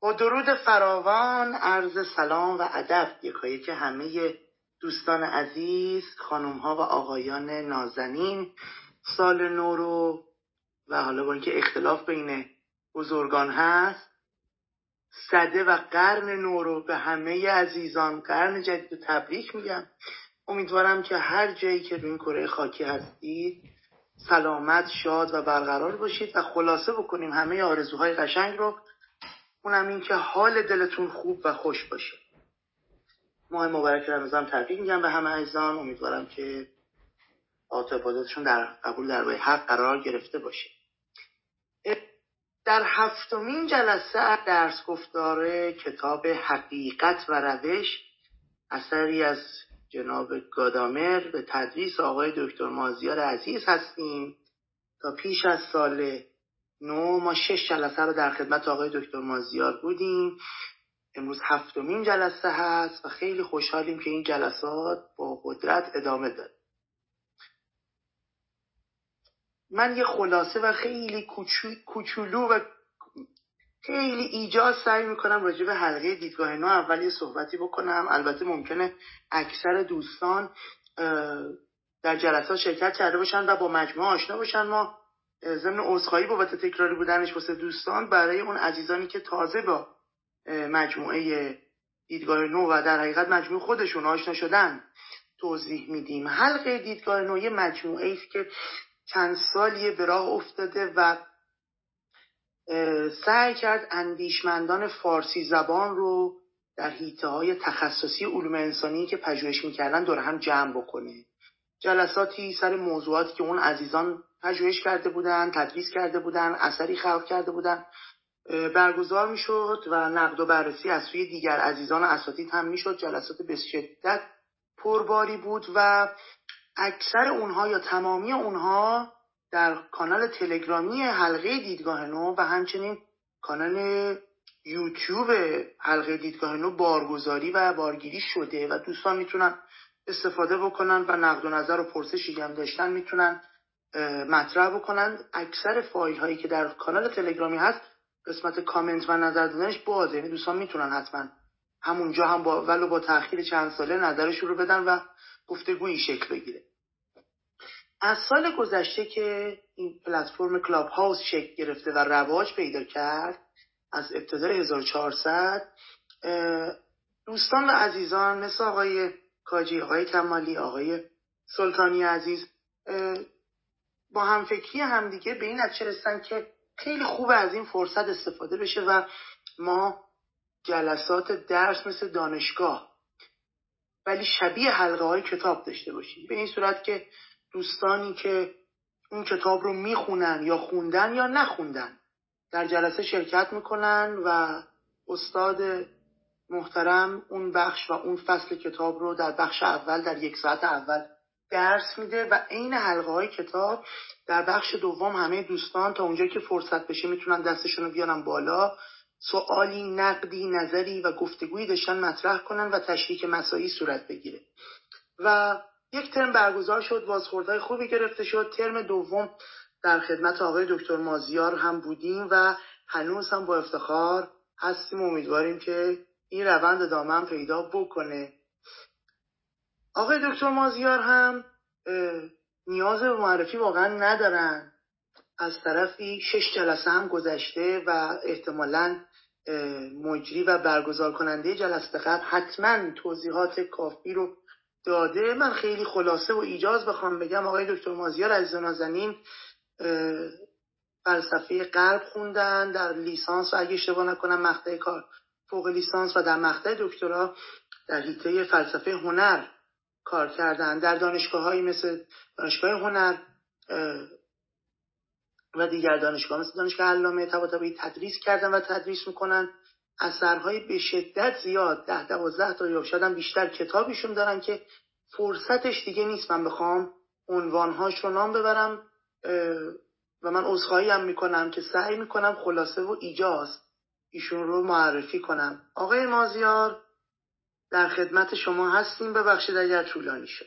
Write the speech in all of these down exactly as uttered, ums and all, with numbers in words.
با درود فراوان عرض سلام و ادب یکایی که همه دوستان عزیز، خانم ها و آقایان نازنین، سال نو رو و حالا با اینکه اختلاف بین بزرگان هست، سده و قرن نو رو به همه عزیزان قرن جدید تبریک میگم. امیدوارم که هر جایی که روی این کره خاکی هستید سلامت، شاد و برقرار باشید و خلاصه بکنیم همه آرزوهای قشنگ رو، اونم این که حال دلتون خوب و خوش باشه. ماه مبارک رمضان تبریک میگم به همه عزیزان. امیدوارم که عاطفاتشون در قبول درباره حق قرار گرفته باشه. در هفتمین جلسه درس گفتار کتاب حقیقت و روش، اثری از جناب گادامر به تدریس آقای دکتر مازیار عزیز هستیم. تا پیش از سال نو ما شش جلسه رو در خدمت آقای دکتر مازیار بودیم. امروز هفتمین جلسه هست و خیلی خوشحالیم که این جلسات با قدرت ادامه داره. من یه خلاصه و خیلی کوچولو و خیلی ایجاز سعی میکنم راجع به حلقه دیدگاه نو اول یه صحبتی بکنم. البته ممکنه اکثر دوستان در جلسات شرکت کرده باشن و با مجموعه آشنا باشن. ما ضمن عذرخواهی بابت تکراری بودنش واسه دوستان، برای اون عزیزانی که تازه با مجموعه دیدگاه نو و در حقیقت مجموعه خودشون آشنا شدن توضیح میدیم. حلقه دیدگاه نو یه مجموعه است که چند سالیه به راه افتاده و سعی کرد اندیشمندان فارسی زبان رو در حیطه‌های تخصصی علوم انسانی که پژوهش میکردن دور هم جمع بکنه. جلساتی سر موضوعاتی که اون عزیزان پژوهش کرده بودن، تدریس کرده بودن، اثری خلق کرده بودن برگزار میشد و نقد و بررسی از سوی دیگر عزیزان و اساتید هم میشد. جلسات به شدت پرباری بود و اکثر اونها یا تمامی اونها در کانال تلگرامی حلقه دیدگاه نو و همچنین کانال یوتیوب حلقه دیدگاه نو بارگذاری و بارگیری شده و دوستان میتونن استفاده بکنن و نقد و نظر و پرسشی هم داشتن میتونن مطرح بکنن. اکثر فایل هایی که در کانال تلگرامی هست قسمت کامنت و نظر دادنش بازه، یعنی دوستان میتونن حتما همونجا هم با ولو با تأخیر چند ساله نظرشون رو بدن و گفتگویی شکل بگیره. از سال گذشته که این پلتفرم کلاب هاوس شکل گرفته و رواج پیدا کرد، از ابتدای هزار و چهارصد، دوستان و عزیزان مثل آقای کاجی، آقای کمالی، آقای سلطانی عزیز با همفکری همدیگه به این نتیجه رسیدن که خیلی خوبه از این فرصت استفاده بشه و ما جلسات درس مثل دانشگاه ولی شبیه حلقه های کتاب داشته باشیم، به این صورت که دوستانی که اون کتاب رو میخونن یا خوندن یا نخوندن در جلسه شرکت میکنن و استاد محترم اون بخش و اون فصل کتاب رو در بخش اول در یک ساعت اول درس میده و عین حلقه های کتاب در بخش دوم همه دوستان تا اونجایی که فرصت بشه میتونن دستشون رو بیارن بالا، سوالی، نقدی، نظری و گفتگویی داشتن مطرح کنن و تشریک مسائلی صورت بگیره. و یک ترم برگزار شد، بازخوردهای خوبی گرفته شد. ترم دوم در خدمت آقای دکتر مازیار هم بودیم و هنوز هم با افتخار هستیم. امیدواریم که این روند ادامه هم پیدا بکنه. آقای دکتر مازیار هم نیاز به معرفی واقعا ندارن. از طرفی شش جلسه هم گذشته و احتمالاً مجری و برگزار کننده جلسه قبل حتما توضیحات کافی رو داده. من خیلی خلاصه و ایجاز بخوام بگم، آقای دکتر مازیار عزیز و نازنین فلسفه غرب خوندن، در لیسانس و اگه اشتباه نکنم مقطع کار فوق لیسانس و در مقطع دکترا در حیطه فلسفه هنر کار کردن. در دانشگاه‌هایی مثل دانشگاه هنر و دیگر دانشگاه مثل دانشگاه علامه طباطبایی تدریس کردن و تدریس میکنن. اثرهای به شدت زیاد، ده دوازده تا یا شاید هم بیشتر کتابیشون دارن که فرصتش دیگه نیست من بخوام عنوانهاش رو نام ببرم و من عذرخواهی هم میکنم که سعی میکنم خلاصه و ایجاز ایشون رو معرفی کنم. آقای مازیار در خدمت شما هستیم، ببخشید اگر طولانی شد.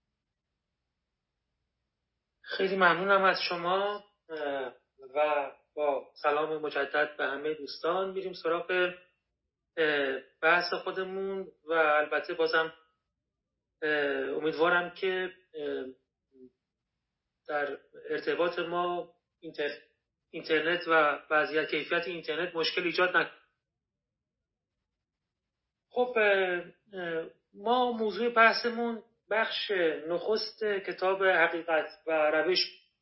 خیلی ممنونم از شما و با سلام مجدد به همه دوستان میریم سراغ بحث خودمون و البته بازم امیدوارم که در ارتباط ما اینتر... اینترنت و وضعیت کیفیت اینترنت مشکل ایجاد نکنه. خب ما موضوع بحثمون بخش نخست کتاب حقیقت و روش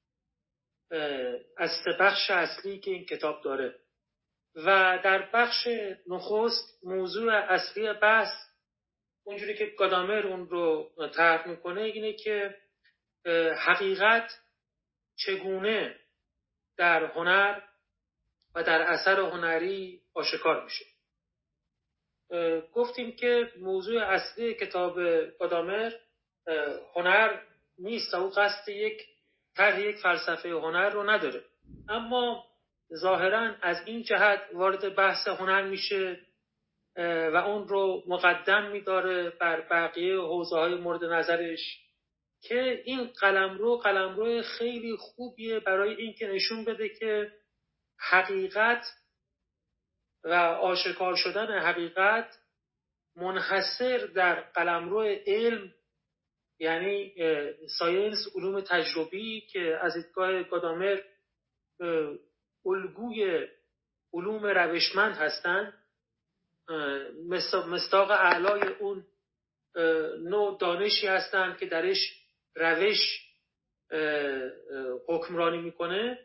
از سه بخش اصلی که این کتاب داره و در بخش نخست موضوع اصلی بحث اونجوری که گادامر اون رو طرح میکنه اینه که حقیقت چگونه در هنر و در اثر هنری آشکار میشه. گفتیم که موضوع اصلی کتاب گادامر هنر نیست و او قصد یک طرح یک فلسفه هنر رو نداره، اما ظاهراً از این جهت وارد بحث هنر میشه و اون رو مقدم میداره بر بقیه حوزه‌های مورد نظرش که این قلمرو قلمرو خیلی خوبیه برای اینکه نشون بده که حقیقت و آشکار شدن حقیقت منحصر در قلمرو علم، یعنی ساینس، علوم تجربی که از دیدگاه گادامر الگوی علوم روشمند هستند، مصداق اعلای اون نوع دانشی هستند که درش روش حکمرانی میکنه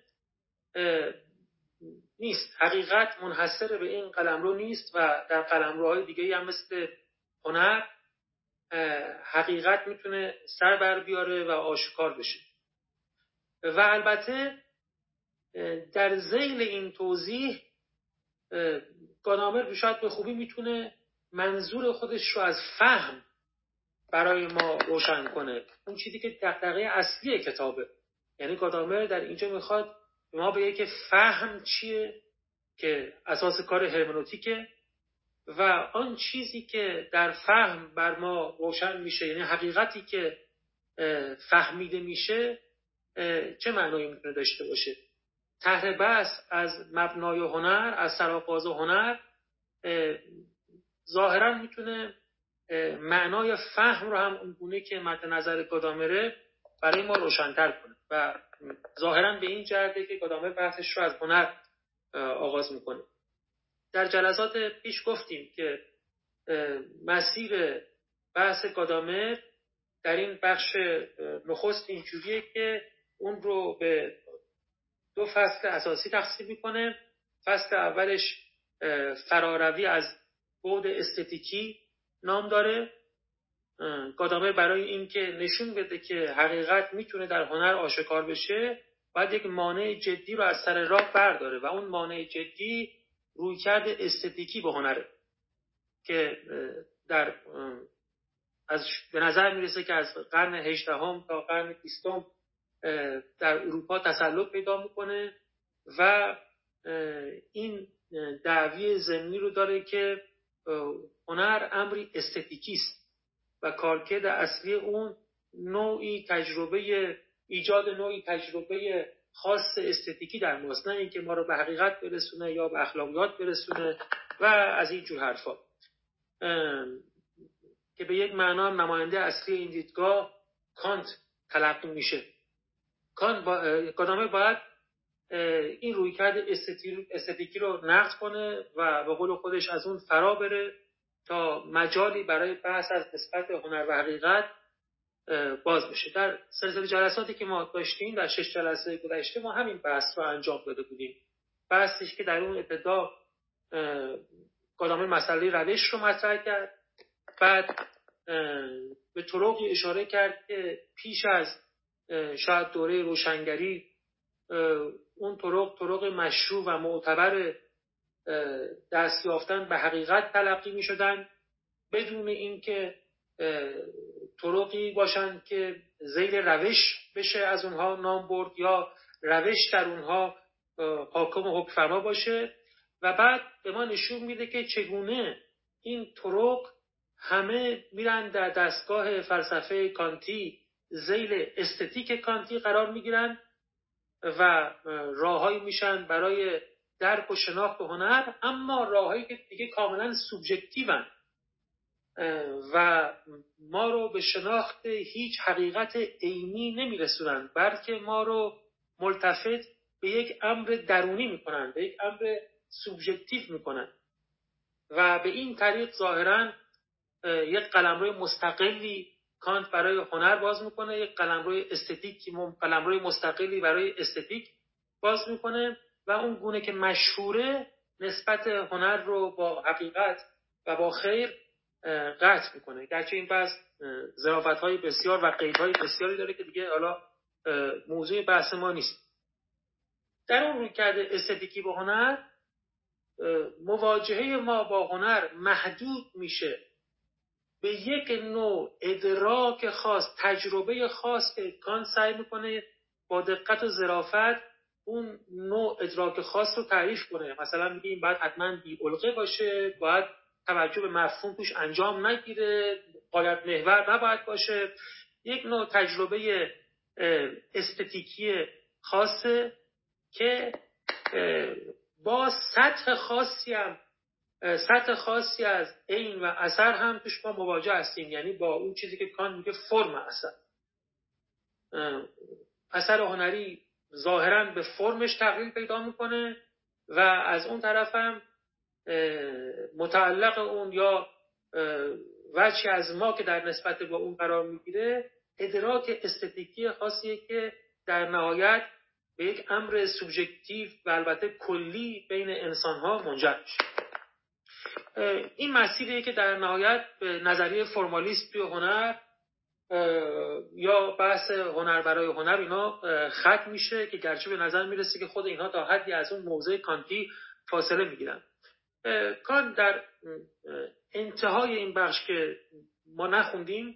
نیست. حقیقت منحصر به این قلمرو نیست و در قلمروهای دیگه هم مثل هنر حقیقت میتونه سر بر بیاره و آشکار بشه. و البته در ذیل این توضیح گادامر شاید به خوبی میتونه منظور خودش رو از فهم برای ما روشن کنه، اون چیزی که دغدغه اصلی کتابه. یعنی گادامر در اینجا میخواد ما بگه که فهم چیه که اساس کار هرمنوتیکه و آن چیزی که در فهم بر ما روشن میشه، یعنی حقیقتی که فهمیده میشه، چه معنایی میتونه داشته باشه. طرح بحث از مبنای هنر، از سرآغاز هنر، ظاهرا میتونه معنای فهم رو هم اونگونه که مد نظر گادامره برای ما روشن‌تر کنه و ظاهرا به این جهته که گادامر بحثش رو از هنر آغاز میکنه. در جلسات پیش گفتیم که مسیر بحث گادامر در این بخش نخست اینجوریه که اون رو به دو فصل اساسی تقسیم میکنه. فصل اولش فراروی از بعد استتیکی نام داره. گادامر برای اینکه نشون بده که حقیقت میتونه در هنر آشکار بشه باید یک مانع جدی رو از سر راه برداره و اون مانع جدی رویکرد استتیکی به هنره که در از به نظر میرسه که از قرن هجدهم تا قرن بیستم در اروپا تسلط پیدا میکنه و این دعوی ضمنی رو داره که هنر امری استتیکی است و کارکرد اصلی اون نوعی تجربه ایجاد نوعی تجربه خاص استتیکی در ماست، نه اینکه ما رو به حقیقت برسونه یا به اخلاقیات برسونه و از این جور حرفا، که به یک معنا نماینده اصلی این دیدگاه کانت تلقی میشه. کانت با... گادامر باید این رویکرد استتیکی رو نقد کنه و به قول خودش از اون فرا بره تا مجالی برای بحث از نسبت هنر و حقیقت باز بشه. در سلسله جلساتی که ما داشتیم در شش جلسه گذشته ما همین بحث رو انجام داده بودیم. بحثی که در اون ابتدا گادامر مسئله روش رو مطرح کرد، بعد به طرقی اشاره کرد که پیش از شاید دوره روشنگری اون طرق طرق مشروع و معتبر دست یافتن به حقیقت تلقی می شدن بدون اینکه طرقی باشن که ذیل روش بشه از اونها نام برد یا روش در اونها حاکم و حکمفرما باشه. و بعد به ما نشون میده که چگونه این طرق همه میرن در دستگاه فلسفه کانتی ذیل استتیک کانتی قرار میگیرن و راههایی میشن برای درک و شناخت هنر، اما راههایی که دیگه کاملا سوبژکتیون و ما رو به شناخت هیچ حقیقت عینی نمیرسونن، بلکه ما رو ملتفت به یک امر درونی میکنن، به یک امر سوبژکتیو میکنن و به این طریق ظاهراً یک قلمرو مستقلی کانت برای هنر باز میکنه، یک قلمرو استتیک قلمرو مستقلی برای استتیک باز میکنه و اون گونه که مشهوره نسبت هنر رو با حقیقت و با خیر قطع میکنه، گرچه این بحث ظرافت‌های بسیار و قیدهای بسیاری داره که دیگه حالا موضوع بحث ما نیست. در اون رویکرد استتیکی با هنر، مواجهه ما با هنر محدود میشه به یک نوع ادراک خاص، تجربه خاص که کانت سعی میکنه با دقت و ظرافت اون نوع ادراک خاص رو تعریف کنه. مثلا میگه این باید حتما بی علقه باشه، باید توجه به مفهوم توش انجام نگیره، غایت محور نباید باشه. یک نوع تجربه استتیکی خاصه که با سطح خاصی هم سطح خاصی از عین و اثر هم توش ما مواجه هستیم، یعنی با اون چیزی که کانت میگه فرم اثر. اثر هنری ظاهراً به فرمش تغییر پیدا میکنه و از اون طرف هم متعلق اون یا وجهی از ما که در نسبت با اون قرار میگیره ادراک استتیکی خاصیه که در نهایت به یک امر سوبژکتیو و البته کلی بین انسان‌ها منجر میشه. این مسیریه که در نهایت به نظریه فرمالیست توی هنر یا بحث هنر برای هنر اینا ختم میشه که گرچه به نظر میرسه که خود اینها تا حدی از اون موضع کانتی فاصله میگیرن. کانت در انتهای این بخش که ما نخوندیم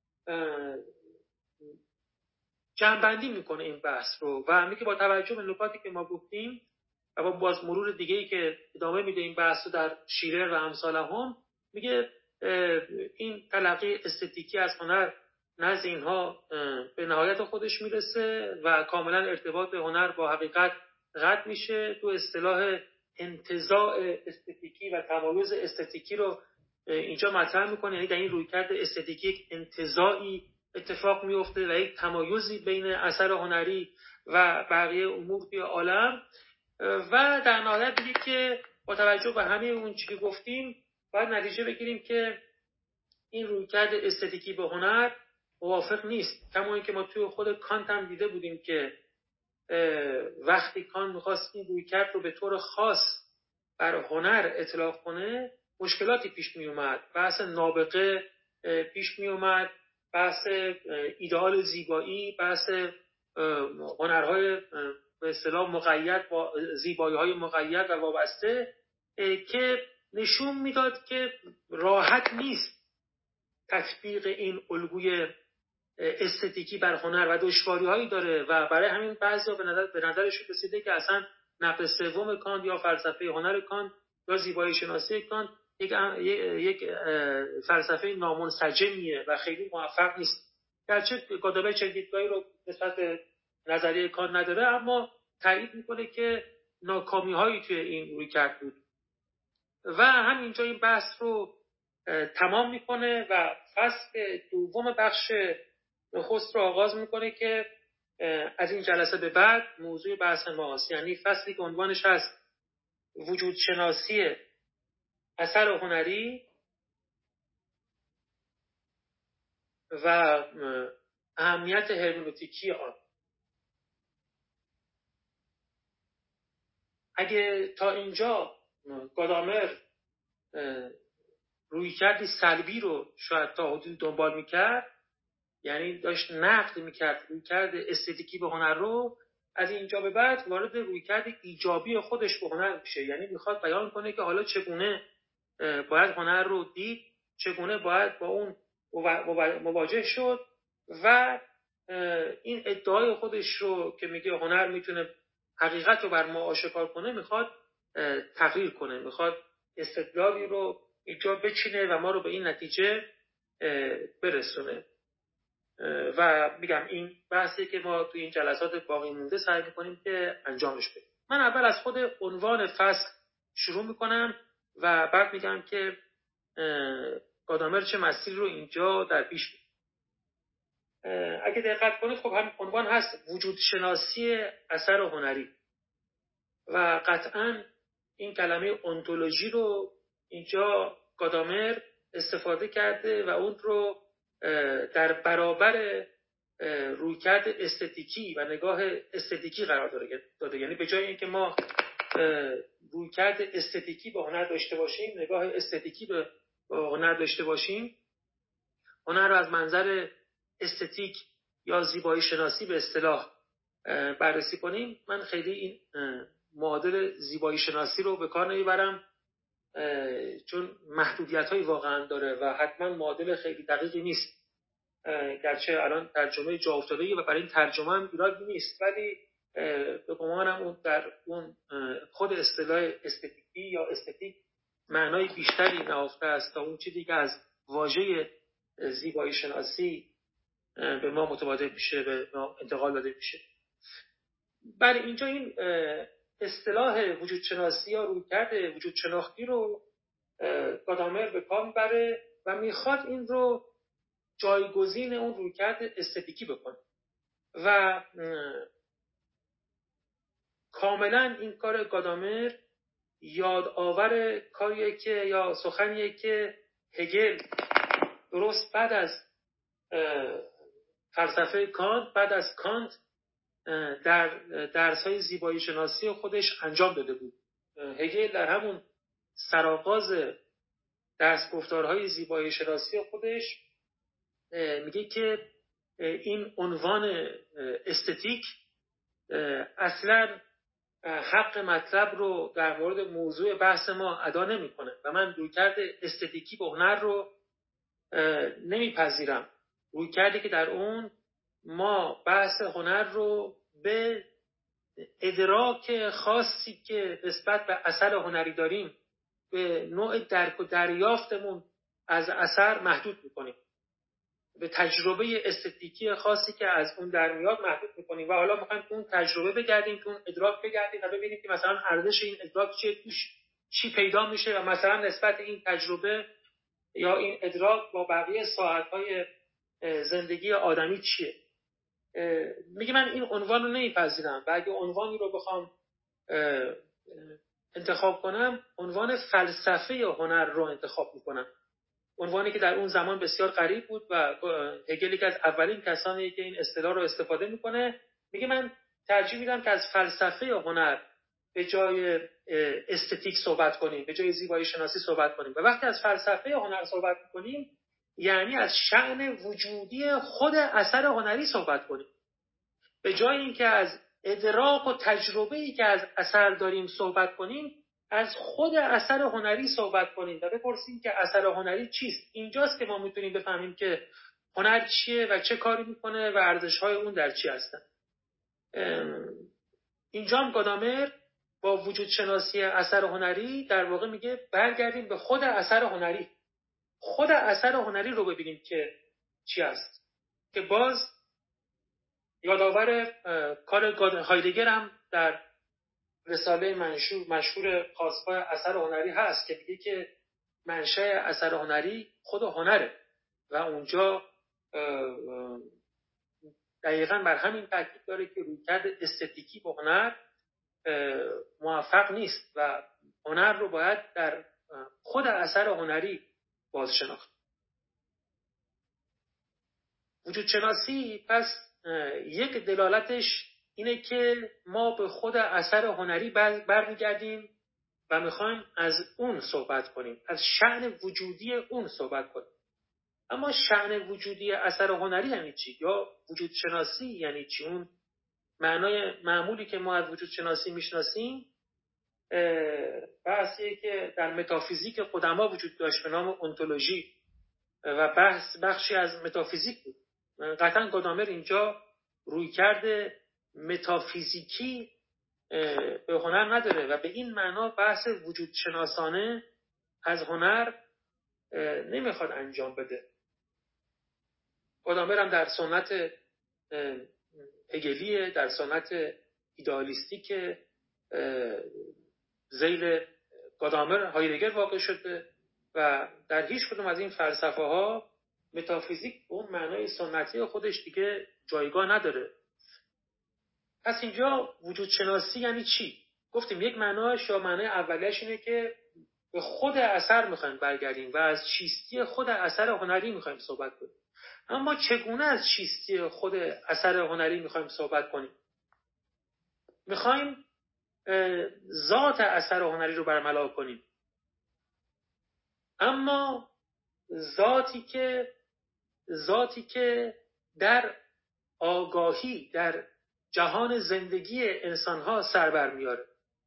جمع‌بندی میکنه این بحث رو و میگه با توجه به نکاتی که ما گفتیم و با باز مرور دیگه‌ای که ادامه میده این بحث رو در شیرر و امثال هم، میگه این تلقی استتیکی از هنر نزد اینها به نهایت خودش میرسه و کاملا ارتباط هنر با حقیقت قطع میشه. تو اصطلاح انتزاع استتیکی و تمایز استتیکی رو اینجا مطرح میکنه، یعنی در این رویکرد استتیکی یک انتزاعی اتفاق میفته و یک تمایزی بین اثر هنری و بقیه امور توی عالم و در نهایت میگه که با توجه به همه اون چیزی که گفتیم باید نتیجه بگیریم که این رویکرد استتیکی به هنر موافق نیست. کما اینکه ما توی خود کانت هم دیده بودیم که وقتی کانت میخواست این رویکرد رو به طور خاص بر هنر اطلاق کنه مشکلاتی پیش می اومد، بحث نابغه پیش می اومد، بحث ایدئال زیبایی، بحث هنرهای به اصطلاح مقید با زیبایی‌های مقید و وابسته که نشون میداد که راحت نیست تطبیق این الگوی استتیکی بر هنر و دشواری‌هایی داره و برای همین بعضیا به نظر به نظرشون رسیده که اصلا نقد سوم کانت یا فلسفه هنر کانت یا زیبایی شناسی کانت یک یک فلسفه نامنسجمیه و خیلی موفق نیست. گرچه گادامر چنین دیدگاهی رو نسبت به نظریه کانت نداره، اما تایید میکنه که ناکامی‌هایی توی این رویکرد بود و همینجا این بحث رو تمام میکنه و فصل دوم بخش نخست رو آغاز میکنه که از این جلسه به بعد موضوع بحث ماست، یعنی فصلی که عنوانش هست وجود شناسی اثر هنری و اهمیت هرمنوتیکی آن. اگه تا اینجا گادامر رویکردی سلبی رو شاید تا حدودی دنبال میکرد، یعنی داشت نقد میکرد رویکرد استتیکی به هنر رو، از اینجا به بعد وارد رویکرد ایجابی خودش به هنر میشه، یعنی میخواد بیان کنه که حالا چگونه باید هنر رو دید، چگونه باید با اون مواجه شد و این ادعای خودش رو که میگه هنر میتونه حقیقت رو بر ما آشکار کنه میخواد تغییر کنه، میخواد استدلالی رو اینجا بچینه و ما رو به این نتیجه برسونه. و میگم این بحثی که ما توی این جلسات باقی مونده سعی میکنیم که انجامش بدیم. من اول از خود عنوان فصل شروع میکنم و بعد میگم که گادامر چه مسیری رو اینجا در پیش می‌بره. اگه دقت کنید خب هم عنوان هست وجود شناسی اثر هنری و قطعاً این کلمه انتولوژی رو اینجا گادامر استفاده کرده و اون رو در برابر رویکرد استتیکی و نگاه استتیکی قرار داده. یعنی به جای اینکه ما رویکرد استتیکی به هنر داشته باشیم، نگاه استتیکی به هنر داشته باشیم، هنر رو از منظر استتیک یا زیبایی شناسی به اصطلاح بررسی کنیم، من خیلی این معادل زیبایی شناسی رو به کار نمیبرم چون محدودیت‌های واقعا داره و حتما معادل خیلی دقیقی نیست، گرچه الان ترجمه جا افتاده‌ای و برای این ترجمه هم ایرادی نیست، ولی به گمانم اون در اون خود اصطلاح استتیکی یا استتیک معنای بیشتری نهفته است تا اون چیزی که از واژه زیبایی شناسی به ما متبادل میشه، به ما انتقال داده میشه. برای اینجا این اصطلاح وجود شناسی یا رویکرد وجود شناختی رو گادامر به کار میبره و میخواد این رو جایگزین اون رویکرد استتیکی بکنه و کاملا این کار گادامر یادآور کاریه که یا سخنیه که هگل درست بعد از فلسفه کانت، بعد از کانت در درس‌های زیبایی شناسی خودش انجام داده بود. هگل در همون سرآغاز درس گفتارهای زیبایی شناسی خودش میگه که این عنوان استتیک اصلاً حق مطلب رو در مورد موضوع بحث ما ادا نمی‌کنه و من رویکرد استتیکی به هنر رو نمیپذیرم. رویکردی که در اون ما بحث هنر رو به ادراک خاصی که نسبت به اثر هنری داریم، به نوع درک و دریافتمون از اثر محدود میکنیم، به تجربه استتیکی خاصی که از اون در میاد محدود میکنیم و حالا میخوایم اون تجربه بگردیم، اون ادراک بگردیم و ببینیم که مثلا ارزش این ادراک چیه، چی پیدا میشه و مثلا نسبت این تجربه یا این ادراک با بقیه ساعتهای زندگی آدمی چیه. میگه من این عنوان رو نمیپذیرم و اگه عنوانی رو بخوام انتخاب کنم عنوان فلسفه هنر رو انتخاب میکنم، عنوانی که در اون زمان بسیار غریب بود و هگل که از اولین کسانی که این اصطلاح رو استفاده میکنه میگه من ترجیح میدم که از فلسفه هنر به جای استتیک صحبت کنیم، به جای زیبایی شناسی صحبت کنیم. و وقتی از فلسفه هنر صحبت کنیم یعنی از شأن وجودی خود اثر هنری صحبت کنیم، به جای اینکه از ادراک و تجربه‌ای که از اثر داریم صحبت کنیم، از خود اثر هنری صحبت کنیم و بپرسیم که اثر هنری چیست. اینجاست که ما میتونیم بفهمیم که هنر چیه و چه کاری میکنه و ارزش‌های اون در چی هستن. اینجا هم گادامر با وجود شناسی اثر هنری در واقع میگه برگردیم به خود اثر هنری، خود اثر هنری رو ببینیم که چی است، که باز یادآور کار هایدگر هم در رساله منشور مشهور خاصگاه اثر هنری هست که میگه که منشأ اثر هنری خود هنره و اونجا دقیقاً بر همین تاکید داره که رویکرد استتیکی به هنر موفق نیست و هنر رو باید در خود اثر هنری باز شناخت. وجود شناسی پس یک دلالتش اینه که ما به خود اثر هنری برمیگردیم و میخوایم از اون صحبت کنیم، از شأن وجودی اون صحبت کنیم. اما شأن وجودی اثر هنری یعنی چی؟ یا وجود شناسی یعنی چی؟ اون معنای معمولی که ما از وجود شناسی میشناسیم بحثیه که در متافیزیک قدما وجود داشت به نام انتولوژی و بحث بخشی از متافیزیک بود. قطعا گادامر اینجا رویکرد متافیزیکی به هنر نداره و به این معنا بحث وجود شناسانه از هنر نمیخواد انجام بده. گادامر هم در سنت هگلی، در سنت ایدئالیستیک ذیل گادامر هایدگر واقع شده و در هیچ کدوم از این فلسفه ها متافیزیک به اون معنای سنتی خودش دیگه جایگاه نداره. پس اینجا وجود شناسی یعنی چی؟ گفتیم یک معناش یا معنای اولیش اینه که به خود اثر میخوایم برگردیم و از چیستی خود اثر هنری میخوایم صحبت کنیم. اما چگونه از چیستی خود اثر هنری میخوایم صحبت کنیم؟ میخوایم ذات اثر هنری رو برملا کنیم، اما ذاتی که ذاتی که در آگاهی، در جهان زندگی انسانها سر بر میاره.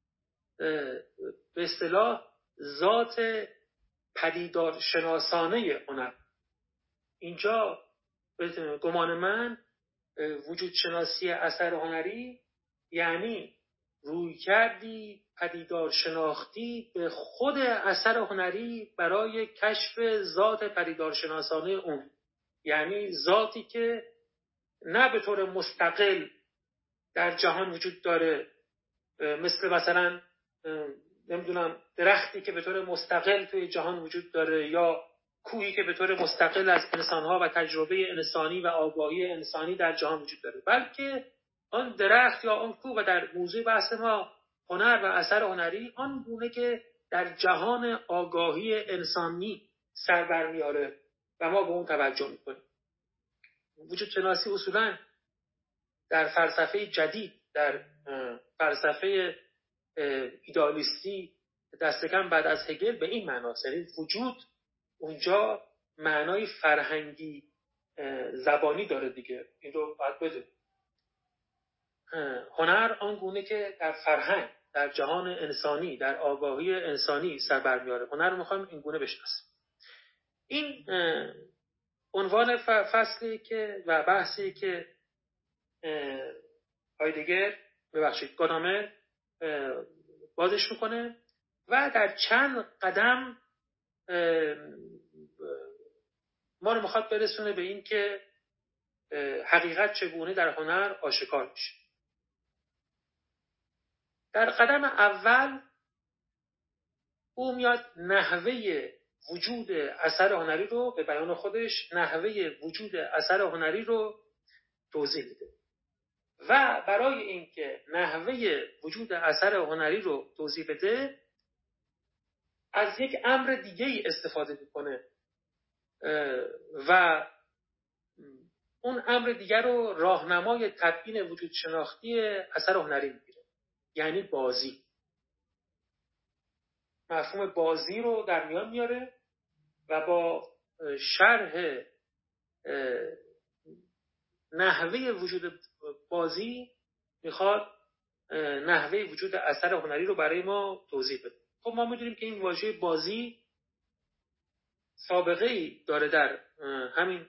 به اصطلاح ذات پدیدار شناسانه هنر. اینجا به گمان من وجود شناسی اثر هنری یعنی روی کردی پدیدار شناختی به خود اثر هنری برای کشف ذات پدیدار شناسانه اون، یعنی ذاتی که نه به طور مستقل در جهان وجود داره، مثل مثلا نمیدونم درختی که به طور مستقل توی جهان وجود داره یا کوهی که به طور مستقل از انسانها و تجربه انسانی و آگاهی انسانی در جهان وجود داره، بلکه آن درخت یا آن کوه و در موضوع بحث ما هنر و اثر هنری آن گونه که در جهان آگاهی انسانی سر بر میاره و ما به اون توجه میکنیم. وجود شناسی اصولاً در فلسفه جدید، در فلسفه ایدئالیستی دست کم بعد از هگل به این معناست، یعنی وجود اونجا معنای فرهنگی زبانی داره دیگه. این رو باید بدونیم. هنر آن گونه که در فرهنگ، در جهان انسانی، در آگاهی انسانی سر بر میاره. هنر رو میخوایم این گونه بشناسیم. این عنوان فصلی که و بحثی که هایدگر ببخشید گادامر بازش میکنه و در چند قدم ما رو میخواد برسونه به این که حقیقت چگونه در هنر آشکار میشه. در قدم اول او میاد نحوه وجود اثر هنری رو به بیان خودش نحوه وجود اثر هنری رو توضیح میده و برای اینکه نحوه وجود اثر هنری رو توضیح بده از یک امر دیگه ای استفاده میکنه و اون امر دیگر رو راهنمای تبیین وجود شناختی اثر هنری میگیره، یعنی بازی. مفهوم بازی رو در میان میاره و با شرح نحوه وجود بازی میخواد نحوه وجود اثر هنری رو برای ما توضیح بده. خب ما میدونیم که این واژه بازی سابقه ای داره در همین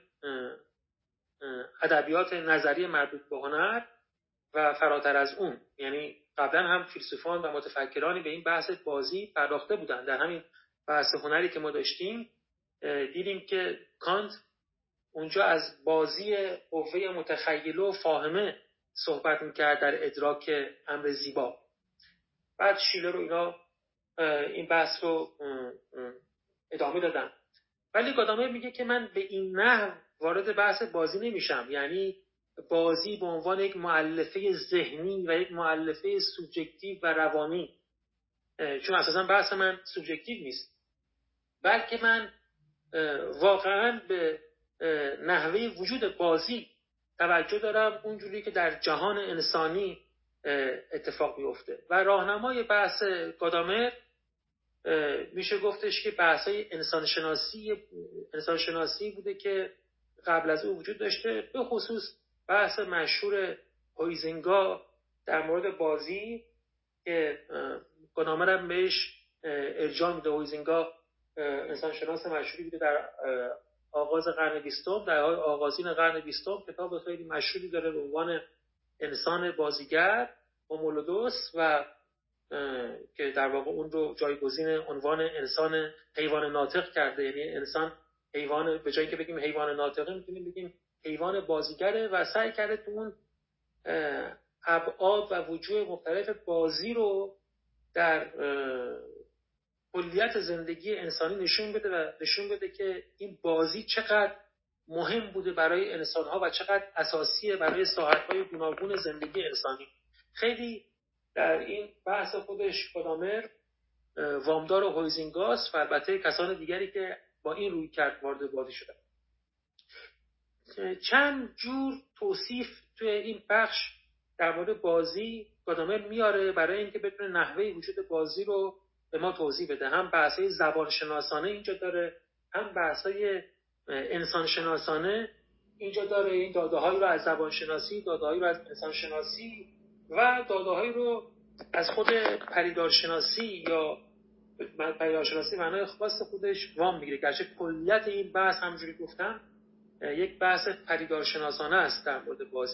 ادبیات نظری مربوط به هنر و فراتر از اون، یعنی قبلا هم فیلسوفان و متفکرانی به این بحث بازی پرداخته بودن. در همین بحث هنری که ما داشتیم دیدیم که کانت اونجا از بازی قوه متخیله و فاهمه صحبت میکرد در ادراک امر زیبا. بعد شیلر رو اینا این بحث رو ادامه دادن، ولی گادامر میگه که من به این نحو وارد بحث بازی نمیشم، یعنی بازی به عنوان یک مؤلفه ذهنی و یک مؤلفه سوبژکتیو و روانی، چون اساسا بحث من سوبژکتیو نیست، بلکه من واقعا به نحوه وجود بازی توجه دارم، اونجوری که در جهان انسانی اتفاق میفته. و راهنمای بحث گادامر میشه گفتش که بحثای انسان شناسی انسان شناسی بوده که قبل از او وجود داشته، به خصوص بحث مشهور هویزنگا در مورد بازی که گادامر هم بهش ارجاع میده. هویزنگا انسان شناس مشهوری بوده در آغاز قرن بیستم، در آغازین قرن بیستم کتاب خیلی مشهوری داره به عنوان انسان بازیگر هومولودوس و که در واقع اون رو جایگزین عنوان انسان حیوان ناطق کرده. یعنی انسان حیوان، به جایی که بگیم حیوان ناطقه میتونیم بگیم حیوان بازیگره و سعی کرده تو اون ابعاد و وجوه مختلف بازی رو در کلیت زندگی انسانی نشون بده و نشون بده که این بازی چقدر مهم بوده برای انسان‌ها و چقدر اساسیه برای ساحت‌های گوناگون زندگی انسانی. خیلی در این بحث خودش گادامر وامدار و هویزینگاس و البته کسان دیگری که با این روی کرد وارد بازی شدن. چند جور توصیف توی این بخش در مورد بازی گادامر میاره برای اینکه بتونه نحوه وجود بازی رو به ما توضیح بده. هم بحث‌های زبانشناسانه اینجا داره، هم بحث‌های انسانشناسانه اینجا داره. این داده‌هایی رو از زبانشناسی، داده‌هایی رو از انسانشناسی و داده‌هایی رو از خود پدیدارشناسی یا پدیدارشناسی معنای خاص خودش وام میگیره. گرچه کلیت این بحث همونجوری گفتم یک بحث پدیدارشناسانه است در مورد بازی.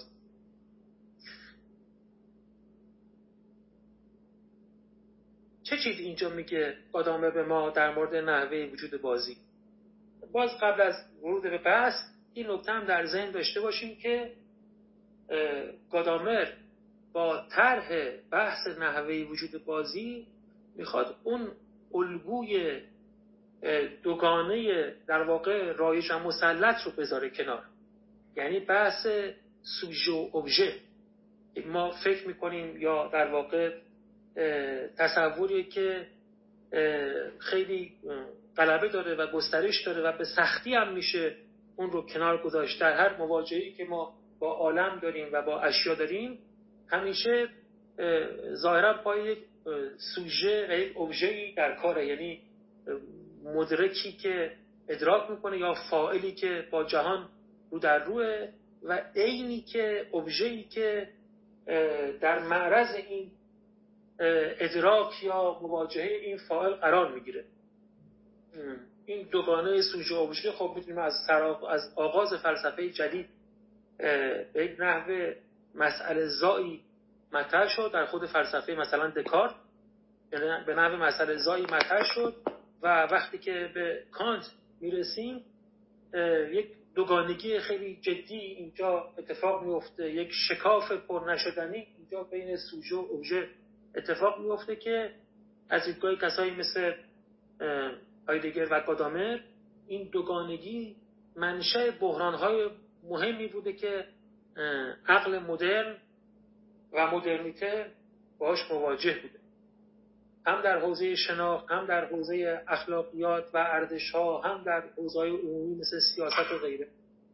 چه چیز اینجا میگه گادامر به ما در مورد نحوه وجود بازی؟ باز قبل از ورود به بحث این نکته هم در ذهن داشته باشیم که گادامر با طرح بحث نحوه وجود بازی میخواد اون الگوی دوگانه در واقع رایج و مسلط رو بذاره کنار. یعنی بحث سوژه و ابژه. ما فکر میکنیم یا در واقع تصوریه که خیلی غلبه داره و گسترش داره و به سختی هم میشه اون رو کنار گذاشت. در هر مواجهه‌ای که ما با عالم داریم و با اشیا داریم همیشه ظاهرا پای یک سوژه و یک ابژه‌ای در کاره، یعنی مدرکی که ادراک میکنه یا فاعلی که با جهان رو در روه و عینی که ابژه‌ای که در معرض این ادراک یا مواجهه این فاعل قرار میگیره. این دوگانه سوژه و ابژه خب میتونیم از از آغاز فلسفه جدید به یک نحو مسئله زایی مطرح شد در خود فلسفه مثلا دکارت، به نحو مسئله زایی مطرح شد و وقتی که به کانت میرسیم یک دوگانگی خیلی جدی اینجا اتفاق میفته، یک شکاف پر نشدنی اینجا بین سوژه و ابژه اتفاق میفته که از دیدگاه کسایی مثل هایدگر و گادامر این دوگانگی منشأ بحران‌های مهمی بوده که عقل مدرن و مدرنیته باهاش مواجه بوده، هم در حوزه شناخت، هم در حوزه اخلاقیات و ارزش‌ها، هم در حوزه‌های عمومی مثل سیاست و غیره.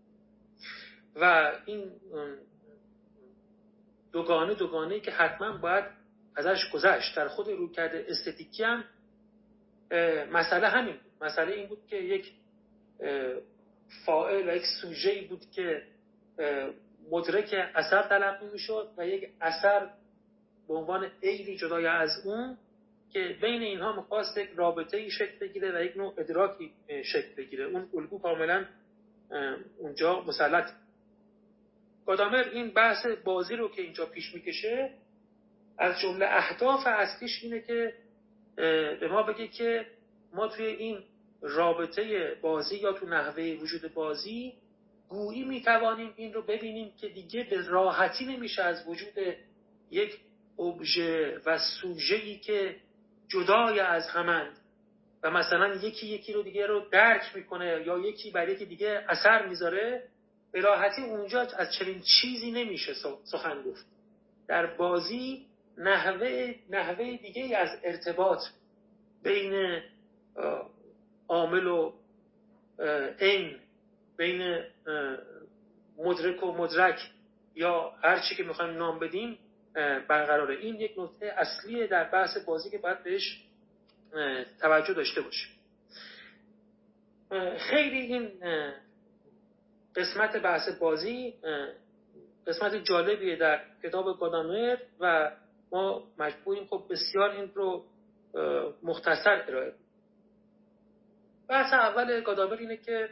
و این دوگانه دوگانه‌ای که حتما باید ازش گذشت. در خود رویکرد استتیکی هم مسئله همین بود. مسئله این بود که یک فاعل و یک سوژه‌ای بود که مدرک اثر تلقی می‌شد و یک اثر به عنوان عینی جدای از اون که بین اینها می‌خواست یک رابطه‌ای شکل بگیره و یک نوع ادراکی شکل بگیره. اون الگو کاملا اونجا مسلط. گادامر این بحث بازی رو که اینجا پیش می‌کشه از جمله اهداف اصلیش اینه که به ما بگه که ما توی این رابطه بازی یا تو نحوه وجود بازی گویی میتوانیم این رو ببینیم که دیگه به راحتی نمیشه از وجود یک ابژه و سوژه‌ای که جدای از همند و مثلا یکی یکی رو دیگه رو درک میکنه یا یکی بر یکی دیگه اثر میذاره، به راحتی اونجا از چنین چیزی نمیشه سخن گفت. در بازی نحوه نحوه دیگه از ارتباط بین عامل و عین، بین مدرک و مدرک یا هر چی که میخوایم نام بدیم برقراره. این یک نکته اصلیه در بحث بازی که باید بهش توجه داشته باشیم. خیلی این قسمت بحث بازی قسمت جالبیه در کتاب گادامر و ما مجبوریم خب بسیار این رو مختصر ارائه بدیم. بحث اول گادامر اینه که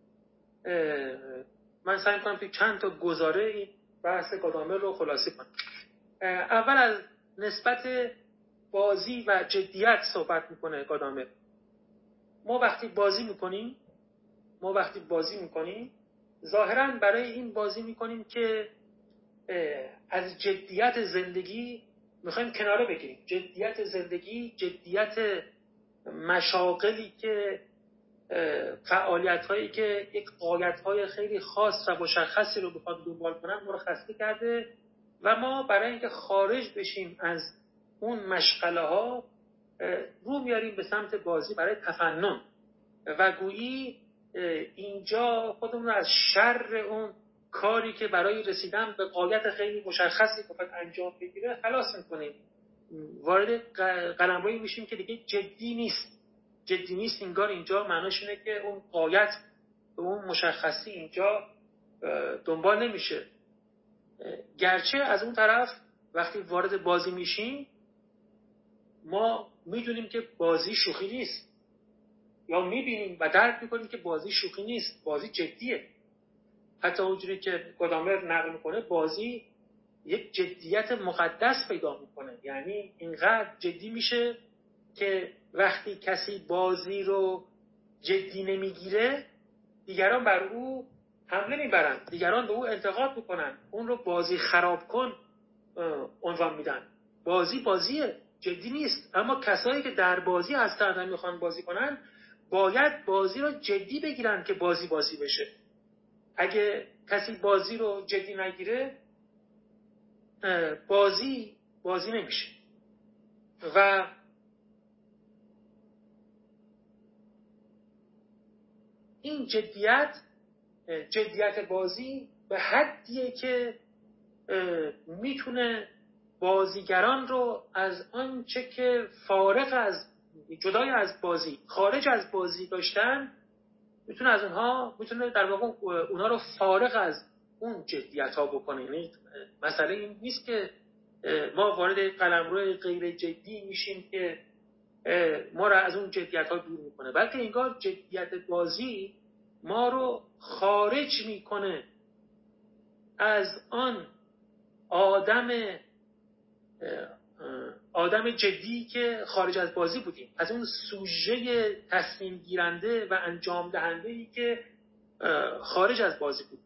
من سعی می‌کنم که چند تا گزاره این بحث گادامر رو خلاصه کنم. اول از نسبت بازی و جدیت صحبت میکنه گادامر. ما وقتی بازی میکنیم ما وقتی بازی میکنیم ظاهراً برای این بازی میکنیم که از جدیت زندگی میخوایم کناره بگیریم. جدیت زندگی، جدیت مشاغلی که فعالیت هایی که یک غایت های خیلی خاص و مشخصی رو بخواد دنبال کنن ما رو خسته کرده و ما برای اینکه خارج بشیم از اون مشغله ها رو میاریم به سمت بازی برای تفنن و گویی اینجا خودمون رو از شر اون کاری که برای رسیدن به غایت خیلی مشخصی بخواد انجام بگیره خلاص میکنیم. وارد قلمرویی میشیم که دیگه جدی نیست. جدی نیست انگار اینجا معناش اینه که اون غایت به اون مشخصی اینجا دنبال نمیشه. گرچه از اون طرف وقتی وارد بازی میشیم ما میدونیم که بازی شوخی نیست، یا میبینیم و درک میکنیم که بازی شوخی نیست، بازی جدیه. حتی اونجوری که گدامر نقل میکنه بازی یک جدیت مقدس پیدا میکنه، یعنی اینقدر جدی میشه که وقتی کسی بازی رو جدی نمیگیره دیگران بر او حمله میبرن، دیگران به او انتقاد میکنن، اون رو بازی خراب کن عنوان میدن. بازی بازیه، جدی نیست. اما کسایی که در بازی هستن و میخوان بازی کنن باید بازی رو جدی بگیرن که بازی بازی بشه. اگه کسی بازی رو جدی نگیره بازی بازی نمیشه. و این جدیت جدیت بازی به حدیه که میتونه بازیگران رو از آنچه که فارغ از جدای از بازی خارج از بازی داشتن میتونه از اونها میتونه در واقع اونها رو فارغ از اون جدیت ها بکنه. یعنی مسئله این نیست که ما وارد قلمرو غیر جدی میشیم که ما رو از اون جدیت ها دور میکنه، بلکه انگار جدیت بازی ما رو خارج میکنه از آن آدم آدم جدی که خارج از بازی بودیم، از اون سوژه تصمیم گیرنده و انجام دهنده‌ای که خارج از بازی بود.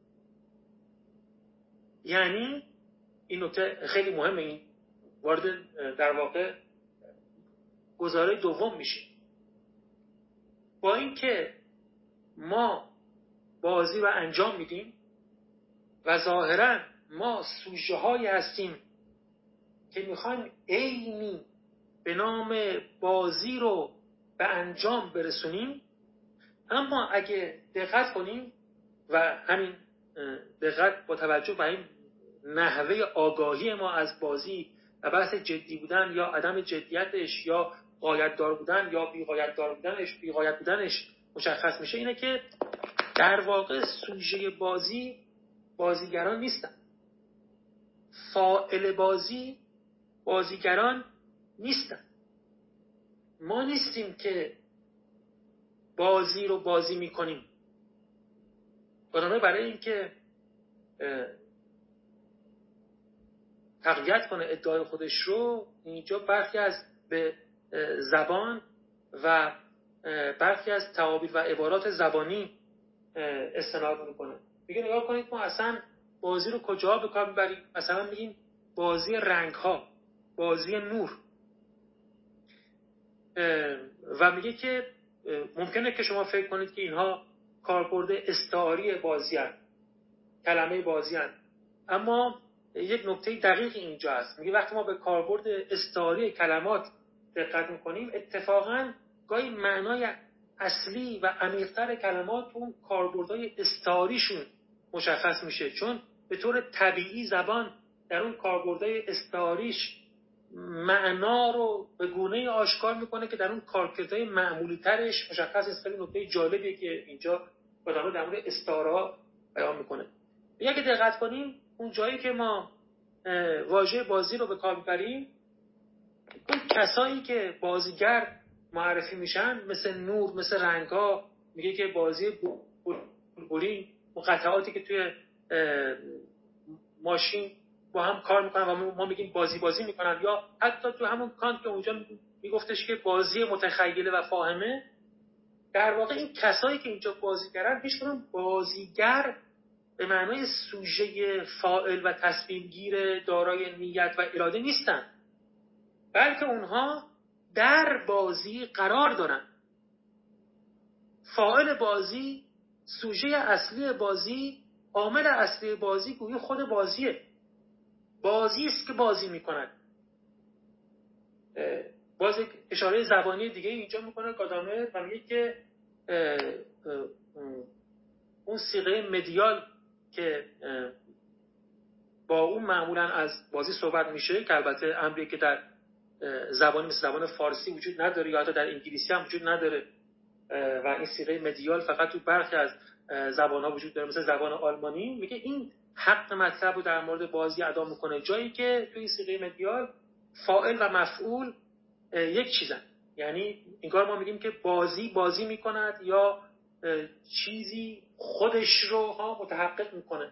یعنی این نکته خیلی مهمه، این وارد در واقع گزاره دوم میشه. با اینکه ما بازی رو انجام میدیم و ظاهرا ما سوژه هایی هستیم که میخوایم عینی به نام بازی رو به انجام برسونیم، اما اگه دقت کنیم و همین دقت با توجه به این نحوه آگاهی ما از بازی و بحث جدی بودن یا عدم جدیتش یا غایت دار بودن یا بی غایت دار بودنش بی غایت بودنش مشخص میشه، اینه که در واقع سوژه بازی بازیگران نیستن. فاعل بازی بازیگران نیستن. ما نیستیم که بازی رو بازی میکنیم. برای اینکه تقویت کنه ادعای خودش رو، اینجا برخی از به زبان و برخی از تعابیر و عبارات زبانی استناد میکنه. میگه نگاه کنید ما اصلا بازی رو کجا به کار میبریم. مثلا میگیم بازی رنگ ها، بازی نور، و میگه که ممکنه که شما فکر کنید که اینها کاربرد استعاری بازی هست، کلمه بازی هست، اما یک نکته دقیق اینجا هست. میگه وقتی ما به کاربرد استعاری کلمات دقت میکنیم اتفاقا گاهی معنای اصلی و عمیق‌تر کلمات اون کاربردهای استعاریشون مشخص میشه، چون به طور طبیعی زبان در اون کاربردهای استعاریش معنا رو به گونه‌ای آشکار میکنه که در اون کارکردهای معمولی ترش مشخص است. خیلی نکته جالبیه که اینجا خودمون در مورد استعاره بیان میکنه. اگه دقت کنیم اون جایی که ما واژه بازی رو به کار میبریم، اون کسایی که بازیگر معرفی میشن مثل نور، مثل رنگ‌ها، میگه که بازی بلبلی، مقطعاتی که توی ماشین با هم کار میکنن و ما میگیم بازی بازی میکنن، یا حتی تو همون کانت که اونجا میگفتش که بازی متخیله و فاهمه، در واقع این کسایی که اینجا بازیگرن هیچ کدوم بازیگر به معنای سوژه فاعل و تصمیم گیر دارای نیت و اراده نیستن، بلکه اونها در بازی قرار دارن. فاعل بازی، سوژه اصلی بازی، عامل اصلی بازی گویی خود بازیه. بازی است که بازی میکنن. باز یک اشاره زبانی دیگه اینجا میکنه گادامر و میگه که اون صیغه مدیال که با اون معمولا از بازی صحبت میشه، که البته امری که در زبانی مثل زبان فارسی وجود نداره یا حتی در انگلیسی هم وجود نداره و این صیغه مدیال فقط تو برخی از زبان‌ها وجود داره، مثل زبان آلمانی. میگه این حق مطلب رو در مورد بازی ادا میکنه، جایی که توی صیغه مدیال فاعل و مفعول یک چیزن. یعنی انگار ما میگیم که بازی بازی میکند یا چیزی خودش رو ها متحقق میکنه.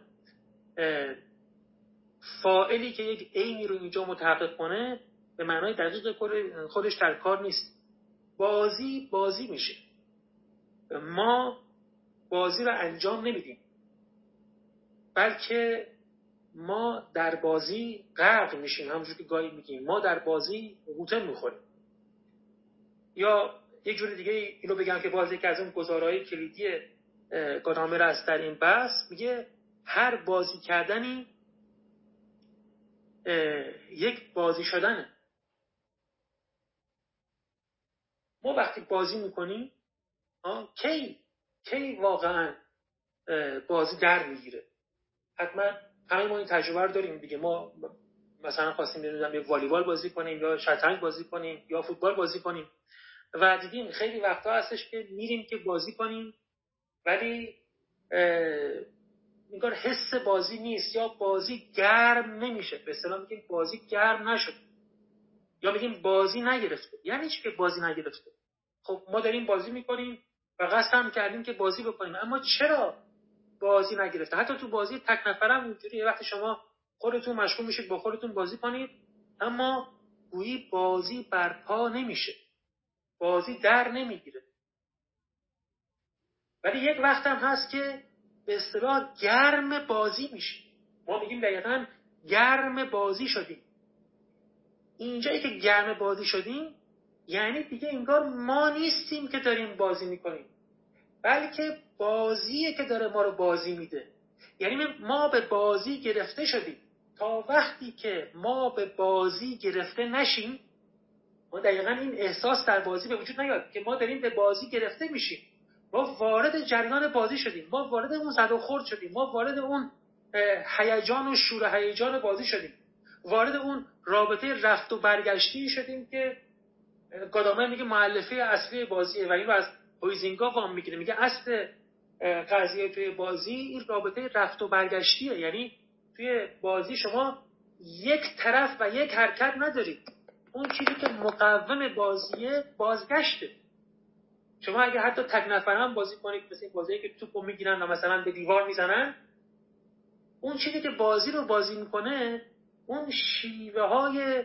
فاعلی که یک عینی رو اینجا متحقق کنه به معنای دقیق خودش در کار نیست. بازی بازی میشه. ما بازی رو انجام نمیدیم، بلکه ما در بازی غرق میشیم. همونجور که گاهی میگیم ما در بازی غوطه میخوریم. یا یک جور دیگه اینو بگم که بازی که از اون گزارهای کلیدی گادامر است در این بحث، میگه هر بازی کردنی یک بازی شدنه. ما وقتی بازی میکنیم کی کی واقعا بازی در میگیره؟ حتما همه ما این تجربه رو داریم دیگه. ما مثلا خواستیم ببینیم یه والیبال بازی کنیم یا شطرنج بازی کنیم یا فوتبال بازی کنیم و دیدیم خیلی وقتا هستش که میریم که بازی کنیم ولی انگار حس بازی نیست یا بازی گرم نمیشه. به اصطلاح میگیم بازی گرم نشد یا میگیم بازی نگرفته. یعنی چی که بازی نگرفته؟ خب ما داریم بازی میکنیم و قصد هم کردیم که بازی بکنیم، اما چرا بازی نگرفته؟ حتی تو بازی تک نفرم اونجوریه. وقتی شما خودتون مشغول میشید با خودتون بازی کنید اما گویی بازی برپا نمیشه، بازی در نمیگیره. ولی یک وقت هم هست که به اصطلاح گرم بازی میشه. ما میگیم دقیقاً گرم بازی شدیم. اینجایی که گرم بازی شدیم یعنی دیگه انگار ما نیستیم که داریم بازی میکنیم، بلکه بازیه که داره ما رو بازی میده. یعنی ما به بازی گرفته شدیم. تا وقتی که ما به بازی گرفته نشیم، ما دقیقاً این احساس در بازی به وجود نیاد که ما داریم به بازی گرفته میشیم. ما وارد جریان بازی شدیم، ما وارد اون زد و خورد شدیم، ما وارد اون هیجان و شور هیجان بازی شدیم، وارد اون رابطه رفت و برگشتی شدیم که گادامر میگه مؤلفه اصلی بازیه و این رو از هویزینگا وام میگیره. میگه اصل قضیه توی بازی این رابطه رفت و برگشتیه. یعنی توی بازی شما یک طرف و یک حرکت ندارید. اون چیزی که مقوم بازیه بازگشته. شما اگه حتی تک نفره هم بازی کنید، مثل این بازیه که توپو میگیرن و مثلا به دیوار میزنن، اون چیزی که بازی رو بازی میکنه اون شیوه های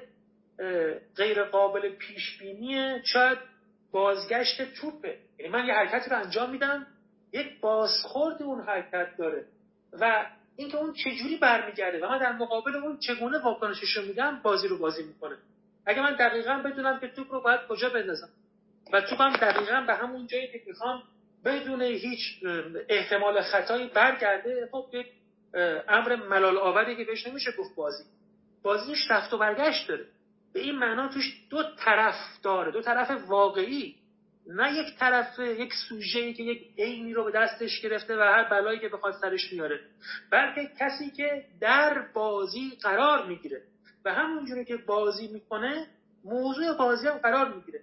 غیر قابل پیش بینی شاید بازگشت توپه. یعنی من یه حرکتی رو انجام میدم، یک بازخورد اون حرکت داره و اینکه اون چجوری برمیگرده و من در مقابل اون چگونه واکنشش رو میدم بازی رو بازی میکنه. اگه من دقیقاً بدونم که توپ رو باید کجا بندازم و توپم دقیقاً به همون جایی که میخوام بدون هیچ احتمال خطایی برگرده، خب یک امر ملال آوری که بهش نمیشه گفت بازی. بازیش رفت و برگشت داره. به این معنا توش دو طرف داره، دو طرف واقعی، نه یک طرف یک سوژه‌ای که یک عینی رو به دستش گرفته و هر بلایی که بخواد سرش میاره، بلکه کسی که در بازی قرار میگیره و همونجوری که بازی میکنه موضوع بازی هم قرار میگیره،